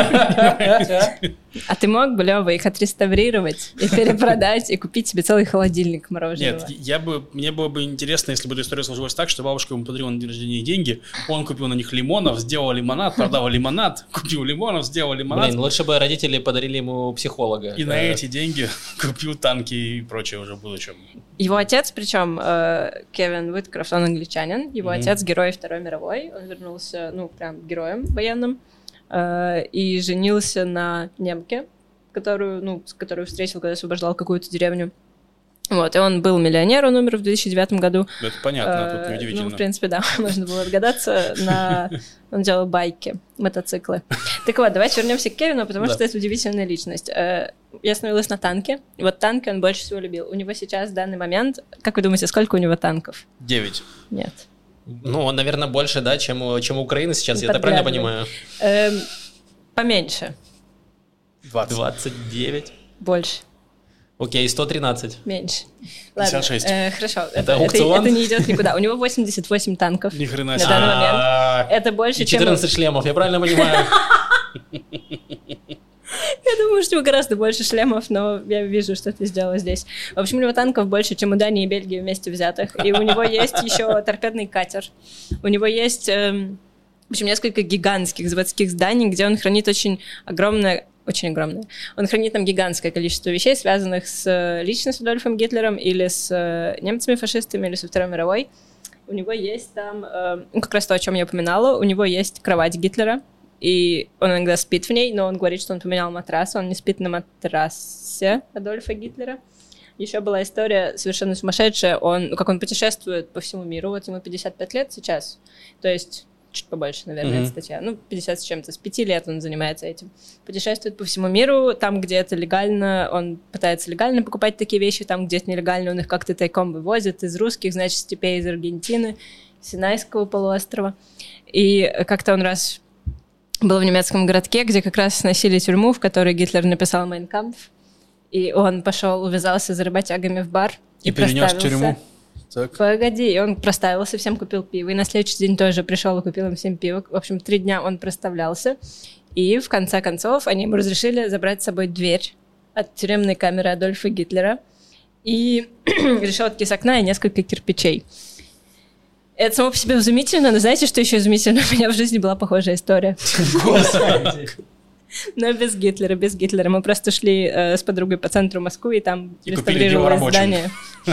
А ты мог бы, Лёва, их отреставрировать и перепродать, и купить себе целый холодильник мороженого? Нет, мне было бы интересно, если бы эта история сложилась так, что бабушка ему подарила на день рождения деньги, он купил на них лимонов, сделал лимонад, продал лимонад, купил лимонов, сделал лимонад. Блин, лучше бы родители подарили ему психолога. И на эти деньги купил танки и прочее уже в будущем. Его отец, причем Кевин Уиткрофт, он англичанин, его отец герой Второй мировой, он вернулся, прям героем военным, и женился на немке, которую встретил, когда освобождал какую-то деревню. Вот, и он был миллионер, он умер в 2009 году. Это понятно, тут неудивительно. В принципе, да, можно было отгадаться. Он делал байки, мотоциклы. Так вот, давайте вернемся к Кевину, потому что это удивительная личность. Я остановилась на танке. Вот танки он больше всего любил. У него сейчас, в данный момент, как вы думаете, сколько у него танков? 9. Нет. Он, наверное, больше, да, чем у Украины сейчас, я это правильно понимаю? Поменьше. 29. Больше. Окей, 113. Меньше. Ладно, 56. Хорошо. Это аукцион? Это не идет никуда. У него 88 танков. Ни хрена На себе. данный момент. Это больше, И 14 шлемов, я правильно понимаю? Я думаю, что у него гораздо больше шлемов, но я вижу, что ты сделала здесь. В общем, у него танков больше, чем у Дании и Бельгии вместе взятых. И у него есть еще торпедный катер. У него есть, в общем, несколько гигантских заводских зданий, где он хранит очень огромное. Он хранит там гигантское количество вещей, связанных лично с Адольфом Гитлером или с немцами-фашистами, или со Второй мировой. У него есть там, как раз то, о чем я упоминала, у него есть кровать Гитлера, и он иногда спит в ней, но он говорит, что он поменял матрас, он не спит на матрасе Адольфа Гитлера. Еще была история совершенно сумасшедшая, как он путешествует по всему миру, вот ему 55 лет сейчас, то есть чуть побольше, наверное, эта статья, 50 с чем-то, с 5 лет он занимается этим. Путешествует по всему миру, там, где это легально, он пытается легально покупать такие вещи, там, где это нелегально, он их как-то тайком вывозит из русских, значит, степей, из Аргентины, Синайского полуострова. И как-то он раз был в немецком городке, где как раз сносили тюрьму, в которой Гитлер написал «Майн кампф», и он пошел, увязался за работягами в бар и перенес в тюрьму. Так. Погоди, и он проставился, всем купил пиво, и на следующий день тоже пришел и купил им всем пиво. В общем, 3 дня он проставлялся, и в конце концов они ему разрешили забрать с собой дверь от тюремной камеры Адольфа Гитлера и решетки с окна и несколько кирпичей. Это само по себе изумительно, но знаете, что еще изумительно? У меня в жизни была похожая история. Но без Гитлера. Мы просто шли с подругой по центру Москвы, и там реставрировалось здание.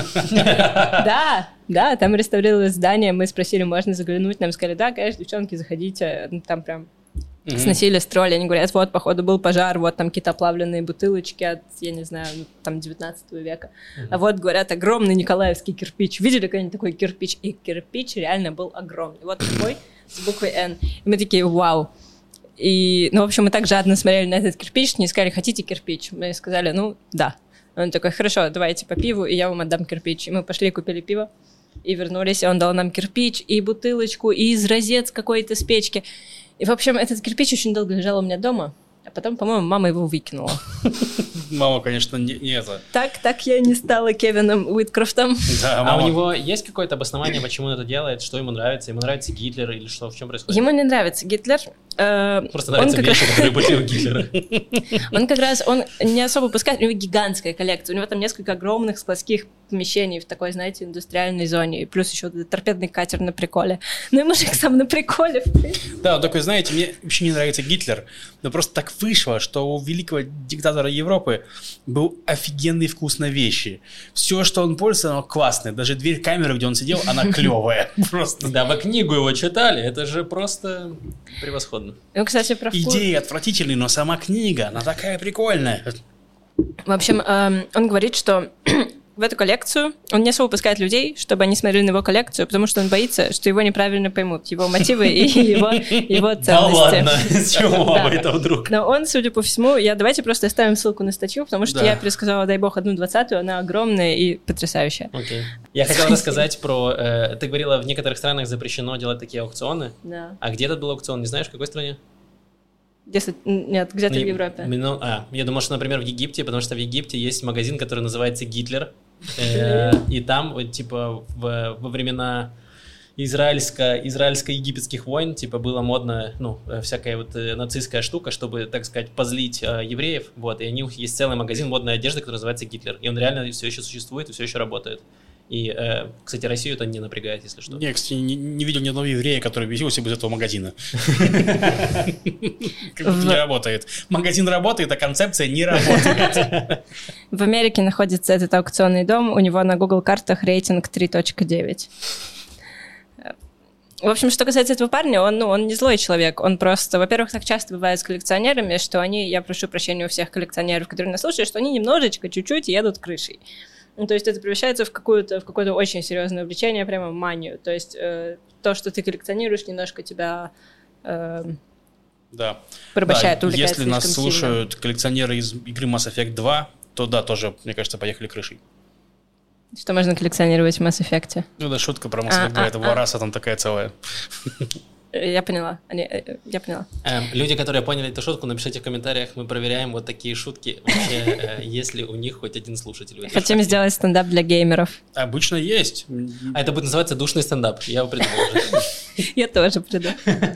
Да, там реставрировалось здание, мы спросили, можно заглянуть, нам сказали, да, конечно, девчонки, заходите, там прям сносили строили, они говорят, вот, походу, был пожар, вот там какие-то оплавленные бутылочки от, я не знаю, там 19 века, а вот, говорят, огромный николаевский кирпич, видели когда-нибудь такой кирпич? И кирпич реально был огромный, вот такой, с буквой «Н», и мы такие, вау. И, в общем, мы так жадно смотрели на этот кирпич, не сказали, хотите кирпич? Мы сказали, да. Он такой, хорошо, давайте по пиву, и я вам отдам кирпич. И мы пошли, купили пиво, и вернулись, и он дал нам кирпич, и бутылочку, и изразец какой-то с печки. И, в общем, этот кирпич очень долго лежал у меня дома, а потом, по-моему, мама его выкинула. Мама, конечно, не это. Так я не стала Кевином Уиткрофтом. Да, а у него есть какое-то обоснование, почему он это делает, что ему нравится? Ему нравится Гитлер или что, в чем происходит? Ему не нравится Гитлер. Просто нравятся вещи, которые были у Гитлера. Он не особо выпускает, у него гигантская коллекция, у него там несколько огромных складских помещений в такой, знаете, индустриальной зоне, и плюс еще торпедный катер на приколе. Ну и мужик сам на приколе. Да, он такой, знаете, мне вообще не нравится Гитлер, но просто так вышло, что у великого диктатора Европы был офигенный вкус на вещи. Все, что он пользовался, оно классное. Даже дверь камеры, где он сидел, она клевая. Просто. Да, вы книгу его читали, это же просто превосходно. Ну, кстати, про вкус. Идеи отвратительные, но сама книга, она такая прикольная. В общем, он говорит, что в эту коллекцию он не особо выпускает людей, чтобы они смотрели на его коллекцию, потому что он боится, что его неправильно поймут, его мотивы и его ценности. Да ладно, с чего бы это вдруг? Но он, судя по всему, давайте просто оставим ссылку на статью, потому что я пересказала, дай бог, 1/20, она огромная и потрясающая. Окей. Я хотел рассказать про... Ты говорила, в некоторых странах запрещено делать такие аукционы. Да. А где этот был аукцион, не знаешь, в какой стране? Нет, где-то в Европе. Я думал, что, например, в Египте, потому что в Египте есть магазин, который называется «Гитлер». И там, вот, типа, во времена израильско-египетских войн, типа, было модно, всякая вот нацистская штука, чтобы, так сказать, позлить евреев, вот, и у них есть целый магазин модной одежды, который называется «Гитлер», и он реально все еще существует и все еще работает. И, кстати, Россию это не напрягает, если что. Я, кстати, не видел ни одного еврея, который бесился бы из этого магазина. Как будто не работает. Магазин работает, а концепция не работает. В Америке находится этот аукционный дом, у него на Google картах рейтинг 3.9. В общем, что касается этого парня, он не злой человек, он просто, во-первых, так часто бывает с коллекционерами, что я прошу прощения у всех коллекционеров, которые нас слушают, что они немножечко, чуть-чуть едут крышей. Ну, то есть это превращается в какое-то очень серьезное увлечение, прямо в манию. То есть то, что ты коллекционируешь, немножко тебя порабощает, увлекает. Если нас слушают коллекционеры из игры Mass Effect 2, то да, тоже, мне кажется, поехали крышей. Что можно коллекционировать в Mass Effect? Ну да, шутка про Mass Effect 2, это Вараса там такая целая. Я поняла. Люди, которые поняли эту шутку, напишите в комментариях, мы проверяем вот такие шутки. Вообще, есть ли у них хоть один слушатель. Хотим сделать стендап для геймеров. Обычно есть. А это будет называться душный стендап. Я его придумал уже. Я тоже приду.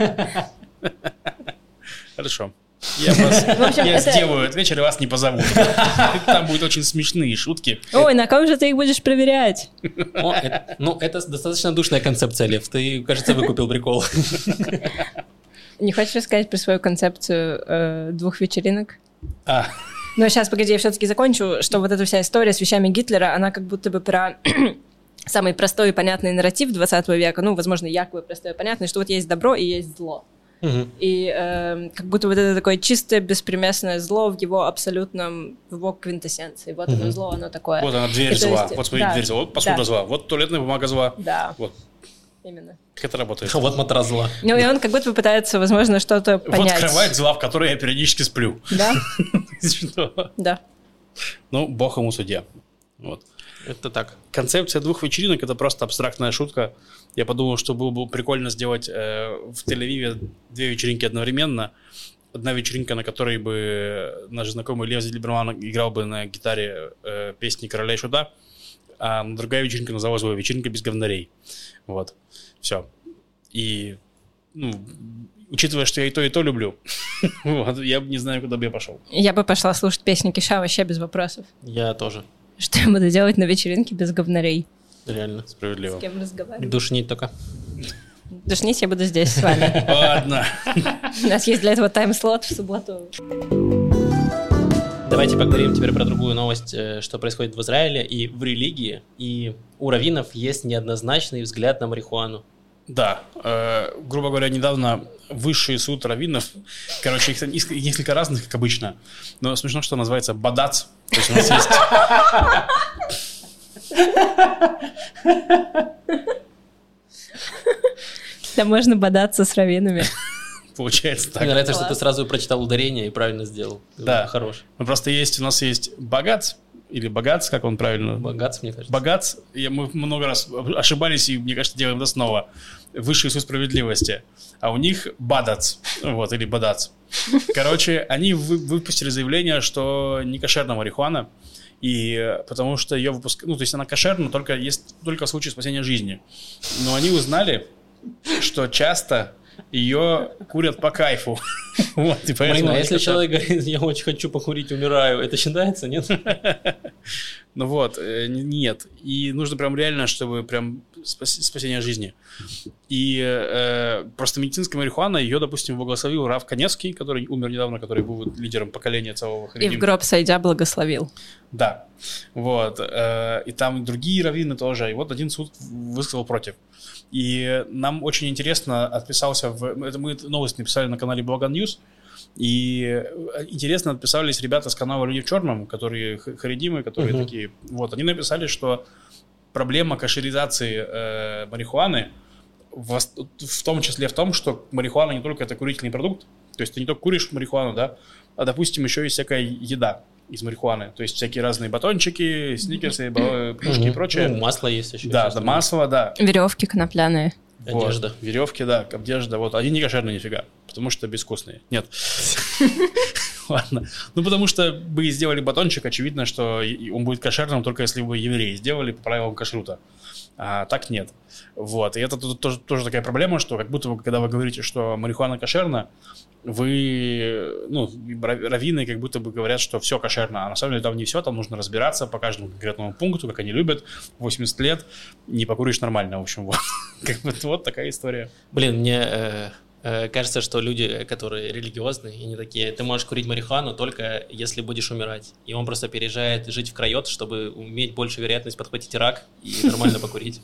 Хорошо. Я сделаю этот вечер и вас не позову. Там будут очень смешные шутки. Ой, на ком же ты их будешь проверять? Это достаточно душная концепция, Лев. Ты, кажется, выкупил прикол. Не хочешь рассказать про свою концепцию 2 вечеринок? Но сейчас, погоди, я все-таки закончу, что вот эта вся история с вещами Гитлера, она как будто бы про самый простой и понятный нарратив 20 века, возможно, якобы простой и понятный, что вот есть добро и есть зло. И как будто вот это такое чистое, беспримесное зло в его абсолютном, в его квинтэссенции. Вот оно зло, оно такое. Вот она, дверь зла. Вот смотри, дверь зла. Вот посуда зла. Вот туалетная бумага зла. Да. Вот. Именно. Как это работает? Вот матрас зла. И он как будто пытается, возможно, что-то понять. Вот кровать зла, в которой я периодически сплю. Да? Что? Да. Бог ему судья. Вот. Это так. Концепция 2 вечеринок – это просто абстрактная шутка. Я подумал, что было бы прикольно сделать в Тель-Авиве 2 вечеринки одновременно. Одна вечеринка, на которой бы наш знакомый Лев Зильберман играл бы на гитаре песни «Короля и Шута», а другая вечеринка называлась бы «Вечеринка без говнарей». Вот. Все. И, учитывая, что я и то люблю, я не знаю, куда бы я пошел. Я бы пошла слушать песни Киша вообще без вопросов. Я тоже. Что я буду делать на вечеринке без говнарей? Реально. Справедливо. С кем разговаривать? Душнить только. Душнить я буду здесь с вами. Ладно. У нас есть для этого тайм-слот в субботу. Давайте поговорим теперь про другую новость, что происходит в Израиле и в религии. И у раввинов есть неоднозначный взгляд на марихуану. Да, грубо говоря, недавно высший суд раввинов, их несколько разных, как обычно, но смешно, что называется бадац. То есть у нас есть... Да можно бодаться с раввинами. Получается так. Мне нравится, что ты сразу прочитал ударение и правильно сделал. Да. Хорош. Просто у нас есть богац, или богац, как он правильно? Богац, мне кажется. Богац. Мы много раз ошибались, и, мне кажется, делаем это снова. Высший суд справедливости. А у них бадац. Вот, или бадац. Короче, они выпустили заявление, что не кошерна марихуана. И потому что ее выпускают... то есть она кошерна, только в случае спасения жизни. Но они узнали, что часто ее курят по кайфу. Вот, и Блин, поэтому а они если хотят. человек говорит, я очень хочу покурить, умираю, это считается, нет? Ну вот, нет. И нужно прям реально, чтобы прям спасение жизни. И просто медицинская марихуана, ее, допустим, благословил Рав Каневский, который умер недавно, который был лидером поколения целого И в харидим. гроб сойдя благословил. Да, вот. И там другие раввины тоже. И вот один суд высказал против. И нам очень интересно отписался это мы новость написали на канале Благан Ньюс. И интересно отписались ребята с канала «Люди в черном», которые харидимы, которые такие. Вот, они написали, что проблема кашеризации марихуаны в том числе в том, что марихуана не только это курительный продукт, то есть ты не только куришь марихуану, да, а, допустим, еще есть всякая еда из марихуаны, то есть всякие разные батончики, сникерсы, плюшки и прочее. Ну, масло есть еще. Да, масло, да. Веревки конопляные. Вот. Одежда. Веревки, да, одежда. Вот. Они не кошерные нифига, потому что безвкусные. Нет. Ладно. Ну, потому что бы сделали батончик, очевидно, что он будет кошерным, только если бы евреи сделали по правилам кашрута. А так нет. Вот. И это тоже такая проблема, что как будто бы, когда вы говорите, что марихуана кошерна, вы, ну, раввины как будто бы говорят, что все кошерно, а на самом деле там не все, там нужно разбираться по каждому конкретному пункту, как они любят, 80 лет не покуришь нормально, в общем, вот. Как бы вот такая история. Блин, мне кажется, что люди, которые религиозные, они такие, ты можешь курить марихуану только если будешь умирать. И он просто переезжает жить в крайот, чтобы иметь большую вероятность подхватить рак и нормально покурить.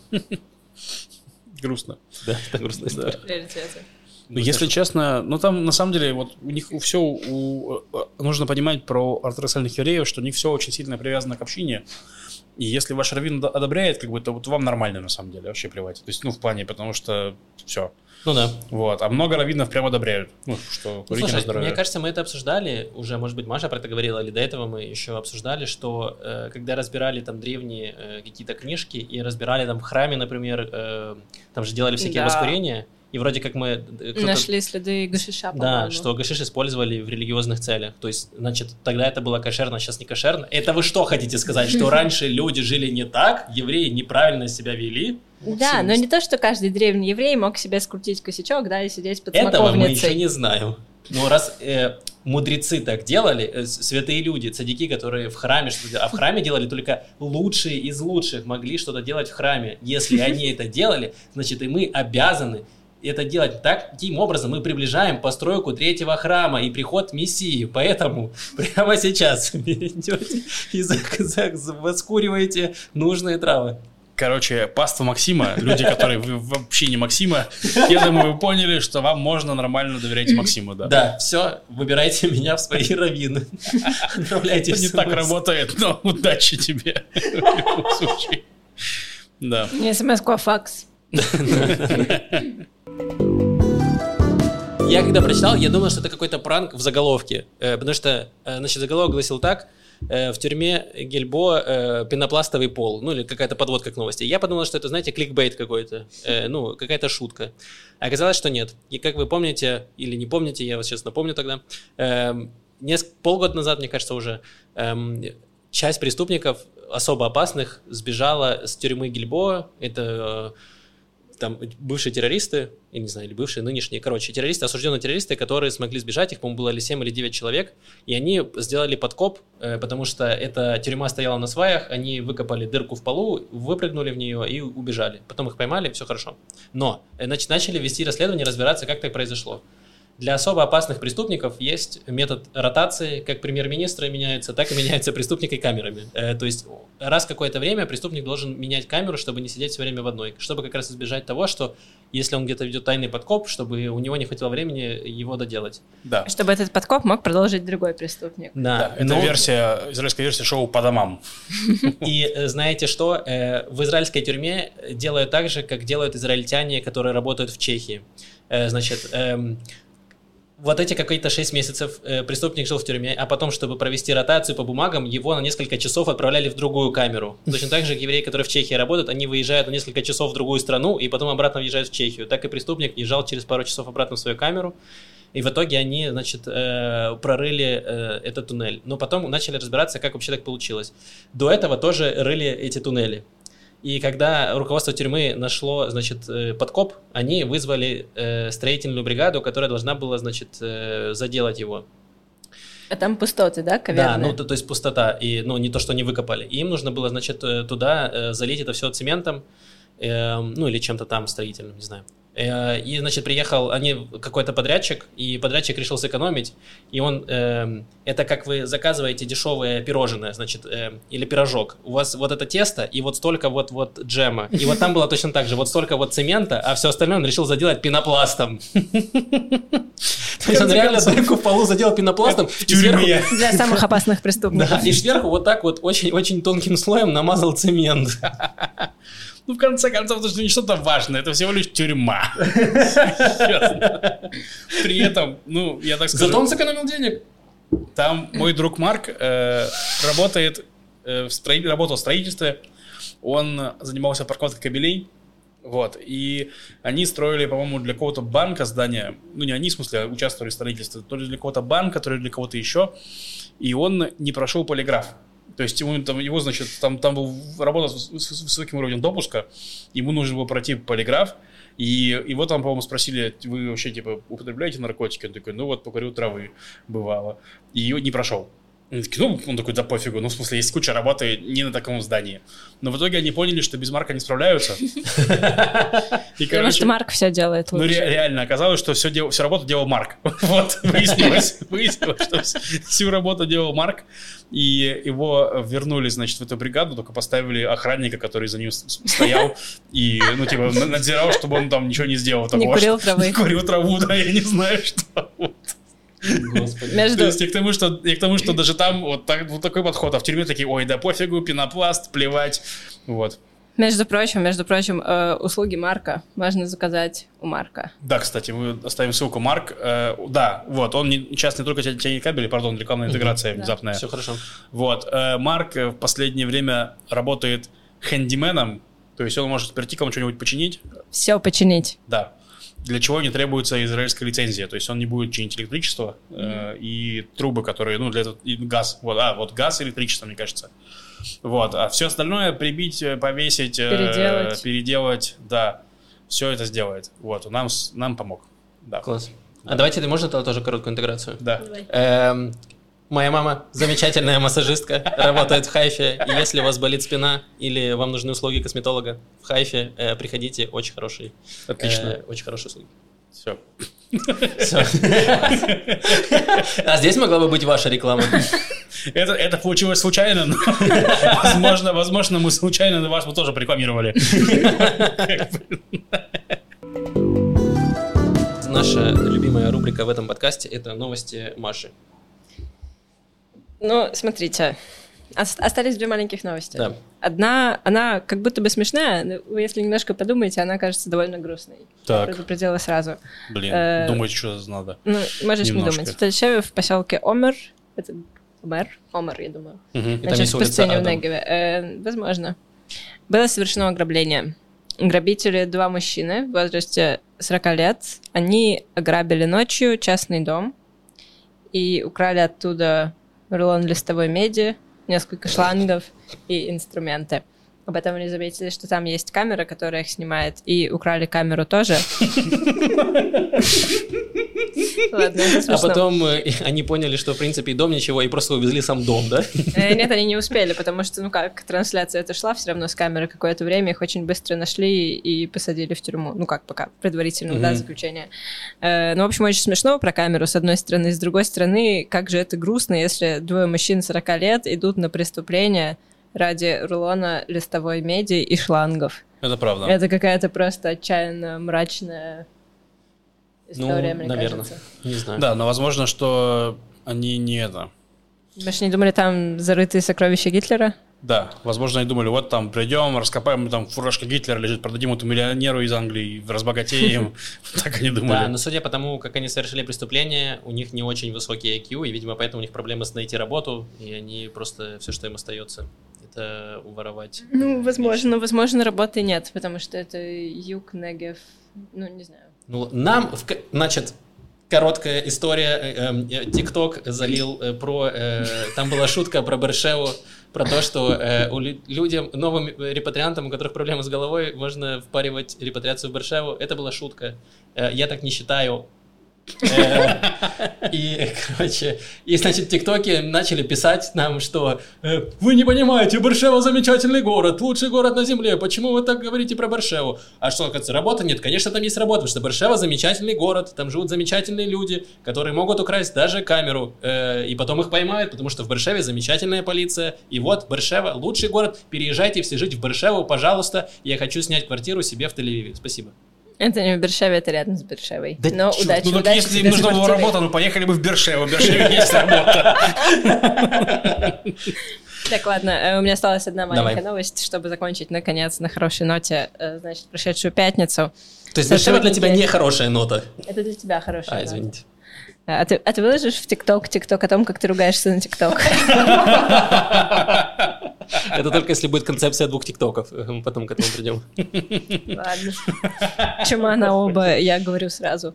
Грустно. Да, это грустная история. Ну, если честно, ну там на самом деле вот у них все нужно понимать про ортодоксальных евреев, что у них все очень сильно привязано к общине. И если ваш раввин одобряет, как бы, то вот вам нормально на самом деле, вообще плевать. То есть, ну, в плане, потому что все. Ну да. Вот. А много раввинов прямо одобряют. Ну, что курите на Слушай, здоровье. мне кажется, мы это обсуждали уже, может быть, Маша про это говорила, или до этого мы еще обсуждали, что когда разбирали там древние какие-то книжки и разбирали там в храме, например, там же делали всякие воскурения, и вроде как мы... Нашли следы гашиша, по-моему. Да, что гашиш использовали в религиозных целях. То есть, значит, тогда это было кошерно, а сейчас не кошерно. Это вы что хотите сказать, что раньше люди жили не так, евреи неправильно себя вели? Да, но не то, что каждый древний еврей мог себе скрутить косячок, да, и сидеть под Этого мы смоковницей. еще не знаем. Но раз мудрецы так делали, святые люди, цадики, которые в храме что-то делали, а в храме делали только лучшие из лучших, могли что-то делать в храме. Если они это делали, значит, и мы обязаны это делать таким образом. Мы приближаем постройку третьего храма и приход Мессии. Поэтому прямо сейчас идете и воскуриваете нужные травы. Короче, паства Максима, люди, которые вообще не Максима, я думаю, вы поняли, что вам можно нормально доверять Максиму, да. Да, все, выбирайте меня в свои раввины. Отправляйте Это не так работает, но удачи тебе в любом случае. Да. Не смс-ку, а факс. Я когда прочитал, я думал, что это какой-то пранк в заголовке, потому что, значит, заголовок гласил так: в тюрьме Гильбоа пенопластовый пол, ну или какая-то подводка к новости. Я подумал, что это, знаете, кликбейт какой-то, ну, какая-то шутка. А оказалось, что нет. И как вы помните, или не помните, я вас сейчас напомню тогда, полгода назад, мне кажется, уже, часть преступников особо опасных сбежала с тюрьмы Гильбоа. Это... там бывшие террористы, я не знаю, или бывшие, нынешние, короче, террористы, осужденные террористы, которые смогли сбежать, их, по-моему, было или 7, или 9 человек, и они сделали подкоп, потому что эта тюрьма стояла на сваях, они выкопали дырку в полу, выпрыгнули в нее и убежали. Потом их поймали, все хорошо. Но, значит, начали вести расследование, разбираться, как так произошло. Для особо опасных преступников есть метод ротации, как премьер-министры меняются, так и меняются преступники камерами. То есть раз в какое-то время преступник должен менять камеру, чтобы не сидеть все время в одной, чтобы как раз избежать того, что если он где-то ведет тайный подкоп, чтобы у него не хватило времени его доделать. Да. Чтобы этот подкоп мог продолжить другой преступник. Да. Это израильская версия шоу «По домам». И знаете что? В израильской тюрьме делают так же, как делают израильтяне, которые работают в Чехии. Значит... Вот эти какие-то 6 месяцев преступник жил в тюрьме, а потом, чтобы провести ротацию по бумагам, его на несколько часов отправляли в другую камеру. Точно так же евреи, которые в Чехии работают, они выезжают на несколько часов в другую страну и потом обратно въезжают в Чехию. Так и преступник езжал через пару часов обратно в свою камеру, и в итоге они, значит, прорыли этот туннель. Но потом начали разбираться, как вообще так получилось. До этого тоже рыли эти туннели. И когда руководство тюрьмы нашло, значит, подкоп, они вызвали строительную бригаду, которая должна была, значит, заделать его. А там пустоты, да, каверны? Да, то есть пустота, и, не то, что они выкопали. И им нужно было, значит, туда залить это все цементом, или чем-то там строительным, не знаю. И, значит, приехал какой-то подрядчик, и подрядчик решил сэкономить, и он, это как вы заказываете дешевое пирожное, значит, или пирожок, у вас вот это тесто, и вот столько вот джема, и вот там было точно так же, вот столько вот цемента, а все остальное он решил заделать пенопластом. То есть он реально дырку в полу заделал пенопластом. В тюрьме. Для самых опасных преступников. Да, и сверху вот так вот очень-очень тонким слоем намазал цемент. Ну, в конце концов, это же не что-то важное, это всего лишь тюрьма. При этом, я так скажу... Зато он сэкономил денег. Там мой друг Марк работает, работал в строительстве, он занимался парковкой кабелей, и они строили, по-моему, для какого-то банка здание, не они, в смысле, участвовали в строительстве, то ли для какого-то банка, то ли для кого-то еще, и он не прошел полиграф. То есть его, значит, там был работа с высоким уровнем допуска, ему нужно было пройти полиграф, и его там, по-моему, спросили, вы вообще, употребляете наркотики? Он такой, покурил травы, бывало. И не прошел. Он такой, да пофигу, в смысле, есть куча работы не на таком здании. Но в итоге они поняли, что без Марка не справляются. Потому что Марк все делает лучше. Реально, оказалось, что всю работу делал Марк. Выяснилось, что всю работу делал Марк, и его вернули, значит, в эту бригаду, только поставили охранника, который за ним стоял, и, надзирал, чтобы он там ничего не сделал. Не курил травы. Не курил траву, да, я не знаю, что... Господи. То есть, я к тому, что даже там вот такой подход, а в тюрьме такие, ой, да пофигу, пенопласт, плевать, Между прочим, услуги Марка можно заказать у Марка. Да, кстати, мы оставим ссылку. Марк, он сейчас не только тянет кабели, рекламная интеграция внезапная. Все хорошо. Марк в последнее время работает хэндименом, то есть он может прийти кому что-нибудь починить. Все починить. Да. Для чего не требуется израильская лицензия, то есть он не будет чинить электричество и трубы, которые, для этого, и газ, газ и электричество, мне кажется. А все остальное прибить, повесить, переделать, да, все это сделает. Нам помог. Да. Класс. А давайте, можно тоже короткую интеграцию? Да. Моя мама замечательная массажистка, работает в Хайфе, и если у вас болит спина или вам нужны услуги косметолога в Хайфе, приходите, очень хорошие. Отлично. Очень хорошие услуги. Все. А здесь могла бы быть ваша реклама. Это получилось случайно, но возможно, мы случайно на вас тоже порекламировали. Наша любимая рубрика в этом подкасте – это новости Маши. Смотрите, остались две маленьких новости. Да. Одна, она как будто бы смешная, но вы, если немножко подумаете, она кажется довольно грустной. Так. Предупредила сразу. Думать, что надо. Можешь не думать. В Тель-Авиве, в поселке Омер, это Омер, я думаю. Значит, в пустыне в Негеве. Возможно. Было совершено ограбление. Грабители, два мужчины в возрасте 40 лет, они ограбили ночью частный дом и украли оттуда рулон листовой меди, несколько шлангов и инструменты. А потом они заметили, что там есть камера, которая их снимает, и украли камеру тоже. Ладно, это смешно. А потом они поняли, что, в принципе, и дом ничего, и просто увезли сам дом, да? Нет, они не успели, потому что, трансляция эта шла все равно с камеры какое-то время, их очень быстро нашли и посадили в тюрьму. Пока предварительное, заключение. В общем, очень смешно про камеру, с одной стороны. С другой стороны, как же это грустно, если двое мужчин 40 лет идут на преступление ради рулона листовой меди и шлангов. Это правда. Это какая-то просто отчаянно мрачная история, мне наверное. кажется. Не знаю. Да, но возможно, что они не это. Вы же не думали, там зарытые сокровища Гитлера? Да, возможно, они думали, там придем, раскопаем, там фуражка Гитлера лежит, продадим эту миллионеру из Англии, разбогатеем. Так они думали. Да, но судя по тому, как они совершили преступление, у них не очень высокий IQ, и, видимо, поэтому у них проблемы найти работу, и они просто все, что им остается, это уворовать. Возможно, работы нет, потому что это юг, Негев, не знаю. Значит, Короткая история. ТикТок залил там была шутка про Бершеву, про то, что людям, новым репатриантам, у которых проблемы с головой, можно впаривать репатриацию в Бершеву. Это была шутка. Я так не считаю. И, короче, значит, тиктоки начали писать нам, что вы не понимаете, Бершева замечательный город, лучший город на земле, почему вы так говорите про Бершеву? А что, оказывается, работы нет? Конечно, там есть работа, потому что Бершева замечательный город, там живут замечательные люди, которые могут украсть даже камеру, и потом их поймают, потому что в Бершеве замечательная полиция, и вот Бершева лучший город, переезжайте все жить в Бершеву, пожалуйста, я хочу снять квартиру себе в Тель-Авиве. Спасибо. Это не в Бершеве, это рядом с Бершевой. Да но удачи, так если им нужна была работа, поехали бы в Бершеву. В Бершеве есть работа. Так, ладно, у меня осталась одна маленькая новость, чтобы закончить, наконец, на хорошей ноте, значит, прошедшую пятницу. То есть Бершева для тебя не хорошая нота? Это для тебя хорошая нота. Извините. А ты выложишь в ТикТок о том, как ты ругаешься на ТикТок? Это только если будет концепция 2 ТикТоков. Мы потом к этому придем. Ладно. Чума на оба, я говорю сразу.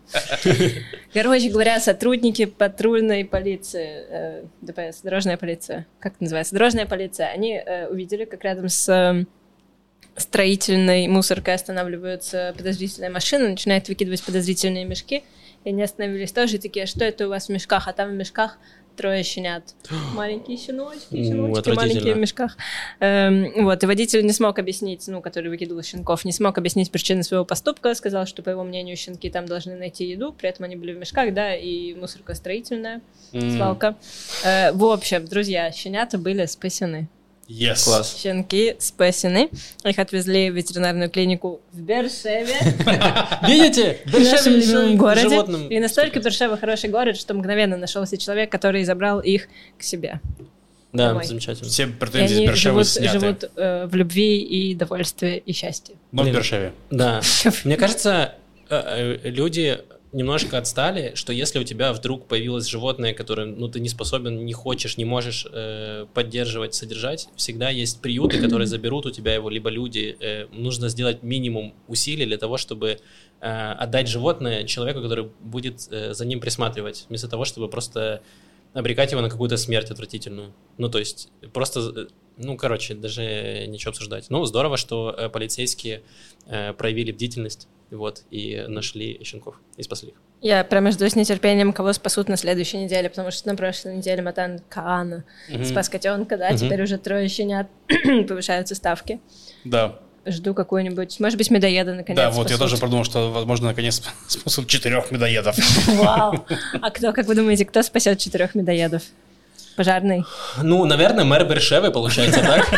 Короче говоря, сотрудники патрульной полиции, ДПС, дорожная полиция, как это называется? Дорожная полиция, они увидели, как рядом с строительной мусоркой останавливаются подозрительные машины, начинают выкидывать подозрительные мешки, и они остановились тоже и такие, что это у вас в мешках? А там в мешках 3 щенят. Маленькие щеночки, маленькие в мешках. Вот, и водитель не смог объяснить, который выкидывал щенков, не смог объяснить причины своего поступка, сказал, что, по его мнению, щенки там должны найти еду, при этом они были в мешках, да, и мусорка строительная, свалка. В общем, друзья, щенята были спасены. Yes. Класс. Щенки спасены. Их отвезли в ветеринарную клинику в Бершеве. Видите? В нашем любимом городе. Животным. И настолько Бершева хороший город, что мгновенно нашелся человек, который забрал их к себе. Да, Домой. замечательно. Все И претензии они с Бершевы сняты. живут в любви и довольстве и счастье. Но в Бершеве. Да. Мне кажется, люди немножко отстали, что если у тебя вдруг появилось животное, которое ты не способен, не хочешь, не можешь поддерживать, содержать, всегда есть приюты, которые заберут у тебя его, либо люди. Нужно сделать минимум усилий для того, чтобы отдать животное человеку, который будет за ним присматривать, вместо того, чтобы просто обрекать его на какую-то смерть отвратительную. То есть просто, даже ничего обсуждать. Здорово, что полицейские проявили бдительность, и нашли щенков, и спасли их. Я прямо жду с нетерпением, кого спасут на следующей неделе, потому что на прошлой неделе Матан Каана спас котенка, да, теперь уже 3 щенят, повышаются ставки. Да. Жду какую-нибудь, может быть, медоеда наконец Да, спасут. я тоже подумал, что, возможно, наконец спасут 4 медоедов. Вау! А как вы думаете, кто спасет 4 медоедов? Пожарный? Наверное, мэр Бершевы, получается,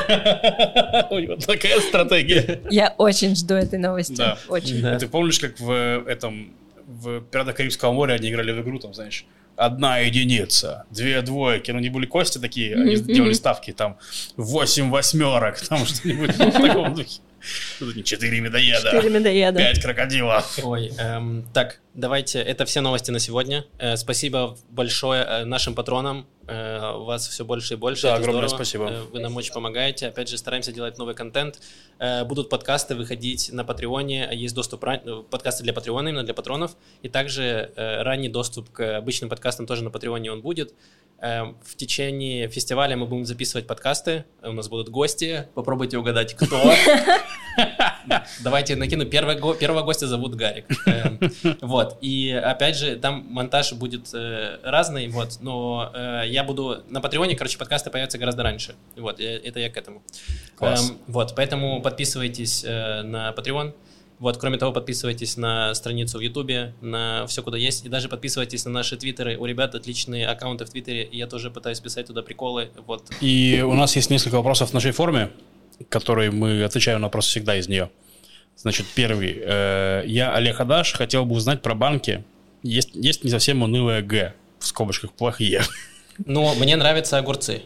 так? У него такая стратегия. Я очень жду этой новости. Да. Очень. Да. Ты помнишь, как в «Пиратах Карибского моря» они играли в игру, там, знаешь, 1 единица, 2 двойки, они были кости такие, они делали ставки, там, 8 восьмерок, там, что-нибудь в таком духе. Тут 4 медоеда, 4 медоеда. 5 крокодилов. Ой, так, давайте, это все новости на сегодня. Спасибо большое нашим патронам. Вас все больше и больше. Да, это огромное здорово. спасибо. Вы нам очень помогаете. Опять же, стараемся делать новый контент. Будут подкасты выходить на Патреоне. Есть доступ, подкасты для Патреона, именно для патронов. И также ранний доступ к обычным подкастам тоже на Патреоне он будет. В течение фестиваля мы будем записывать подкасты. У нас будут гости. Попробуйте угадать, кто. Давайте накину. Первого гостя зовут Гарик. И опять же, там монтаж будет разный, но я буду... На Патреоне, подкасты появятся гораздо раньше. Это я к этому. Класс. Поэтому подписывайтесь на Patreon. Кроме того, подписывайтесь на страницу в Ютубе, на все, куда есть, и даже подписывайтесь на наши твиттеры. У ребят отличные аккаунты в Твиттере, и я тоже пытаюсь писать туда приколы. И у нас есть несколько вопросов в нашей форме, которые мы отвечаем на вопросы всегда из нее. Значит, первый. Я, Олег Адаш, хотел бы узнать про банки. Есть не совсем унылое Г, в скобочках плохие. Мне нравятся огурцы.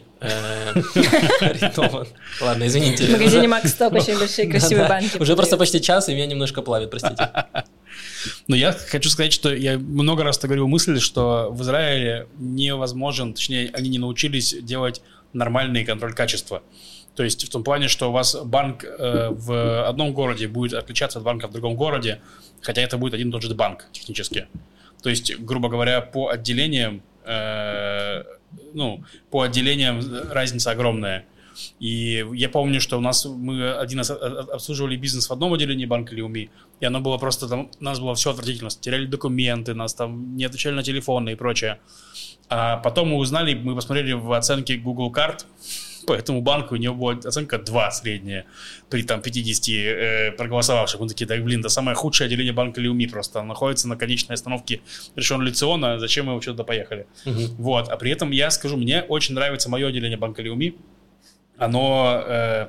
Ладно, извините. В магазине Макс Сток очень большие красивые банки. Уже просто почти час, и меня немножко плавит, простите. Но я хочу сказать, что я много раз говорил мысль, что в Израиле невозможен, точнее, они не научились делать нормальный контроль качества. То есть в том плане, что у вас банк в одном городе будет отличаться от банка в другом городе, хотя это будет один и тот же банк технически. То есть, грубо говоря, по отделениям разница огромная. И я помню, что мы один раз обслуживали бизнес в одном отделении банка Леуми, и оно было просто там, у нас было все отвратительно, теряли документы, нас там не отвечали на телефоны и прочее. А потом мы посмотрели в оценке Google карт, по этому банку у него была оценка 2 средняя при там 50 проголосовавших. Мы такие, это самое худшее отделение банка Леуми просто. Оно находится на конечной остановке решен Лициона, зачем мы вообще туда поехали? Вот. А при этом я скажу, мне очень нравится мое отделение банка Леуми. Оно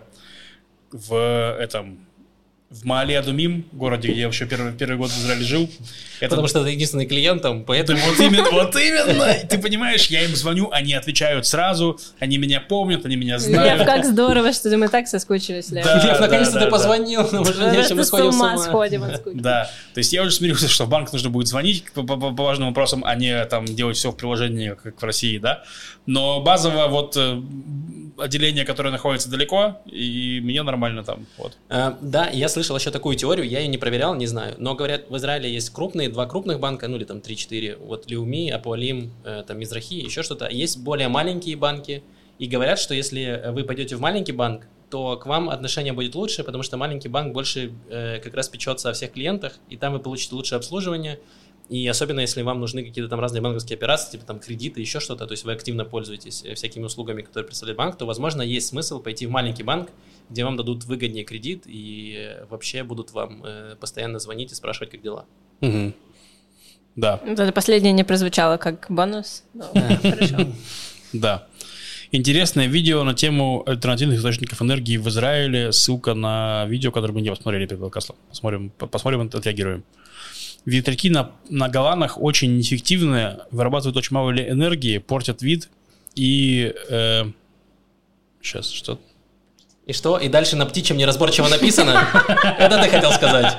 в Маале-Адумим, городе, где я вообще первый год в Израиле жил. Потому что ты единственный клиент там, поэтому... Вот именно. Ты понимаешь, я им звоню, они отвечают сразу, они меня помнят, они меня знают. Лев, как здорово, что мы так соскучились, Лев. Лев, наконец-то ты позвонил, но уже нечем, мы сходим с ума сходим от скуки. Да, то есть я уже смирился, что в банк нужно будет звонить по важным вопросам, а не там делать все в приложении, как в России, да. Но базово отделение, которое находится далеко, и мне нормально там, вот. Да, я слышал еще такую теорию, я ее не проверял, не знаю, но говорят, в Израиле есть два крупных банка, или там 3-4, вот Леуми, Апуалим, там Мизрахи, еще что-то. Есть более маленькие банки, и говорят, что если вы пойдете в маленький банк, то к вам отношение будет лучше, потому что маленький банк больше как раз печется о всех клиентах, и там вы получите лучшее обслуживание. И особенно, если вам нужны какие-то там разные банковские операции, типа там кредиты, еще что-то, то есть вы активно пользуетесь всякими услугами, которые представляет банк, то, возможно, есть смысл пойти в маленький банк, где вам дадут выгоднее кредит и вообще будут вам постоянно звонить и спрашивать, как дела. Угу. Да. Это последнее не прозвучало как бонус. Хорошо. Да. Интересное видео на тему альтернативных источников энергии в Израиле. Ссылка на видео, которое мы не посмотрели перед подкастом. Посмотрим, отреагируем. Ветряки на Голанах очень неэффективные, вырабатывают очень мало энергии, портят вид и... Сейчас, что? И что? И дальше на птичьем неразборчиво написано? Это ты хотел сказать?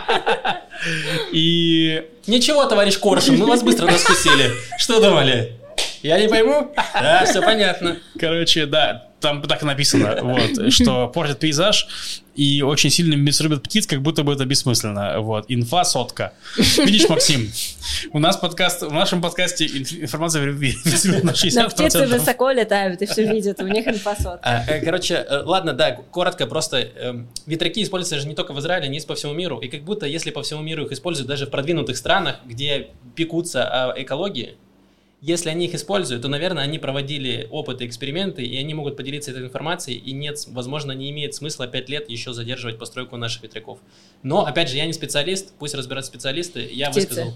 И... Ничего, товарищ Коршун, мы вас быстро раскусили. Что думали? Я не пойму? Да, все понятно. Короче, да, там так и написано, вот, что портят пейзаж и очень сильно мясорубят птиц, как будто бы это бессмысленно. Вот. Инфа сотка. Видишь, Максим, в нашем подкасте информация весит на 60%. Но птицы высоко летают и все видят, у них инфа сотка. Короче, ладно, да, коротко, просто ветряки используются же не только в Израиле, они есть по всему миру. И как будто, если по всему миру их используют даже в продвинутых странах, где пекутся о экологии, если они их используют, то, наверное, они проводили опыты, эксперименты, и они могут поделиться этой информацией, и возможно, не имеет смысла 5 лет еще задерживать постройку наших ветряков. Но, опять же, я не специалист, пусть разбираются специалисты, я высказал.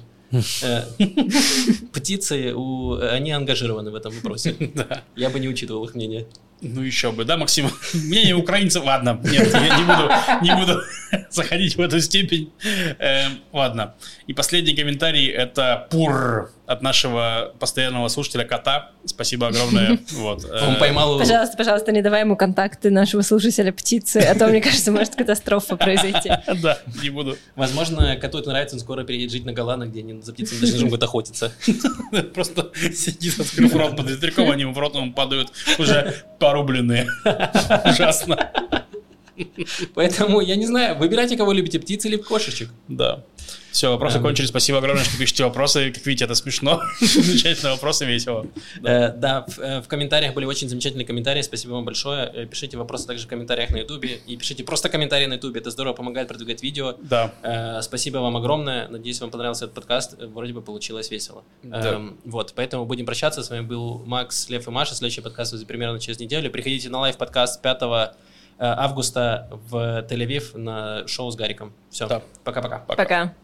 Птицы, они ангажированы в этом вопросе. Я бы не учитывал их мнение. Ну еще бы, да, Максим? Мнение украинцев, ладно, нет, я не буду заходить в эту степень. Ладно. И последний комментарий — это пур от нашего постоянного слушателя кота. Спасибо огромное. Вот. Он поймал... Пожалуйста, не давай ему контакты нашего слушателя птицы, а то, мне кажется, может катастрофа произойти. Да, не буду. Возможно, коту это нравится, он скоро переедет жить на Голланд, где они за птицами даже не будут охотиться. Просто сидит, открыв рот под ветряком, они в рот ему падают уже порубленные. Ужасно. Поэтому, я не знаю, выбирайте, кого любите, птиц или кошечек. Да. Все, вопросы кончились. Спасибо огромное, что пишете вопросы. Как видите, это смешно. Замечательные вопросы, весело. Да, в комментариях были очень замечательные комментарии. Спасибо вам большое. Пишите вопросы также в комментариях на Ютубе. И пишите просто комментарии на Ютубе. Это здорово помогает продвигать видео. Да. Спасибо вам огромное. Надеюсь, вам понравился этот подкаст. Вроде бы получилось весело. Да. Вот, поэтому будем прощаться. С вами был Макс, Лев и Маша. Следующий подкаст будет примерно через неделю. Приходите на лайв-подкаст 5 августа в Тель-Авив на шоу с Гариком. Все, да. Пока-пока. Пока.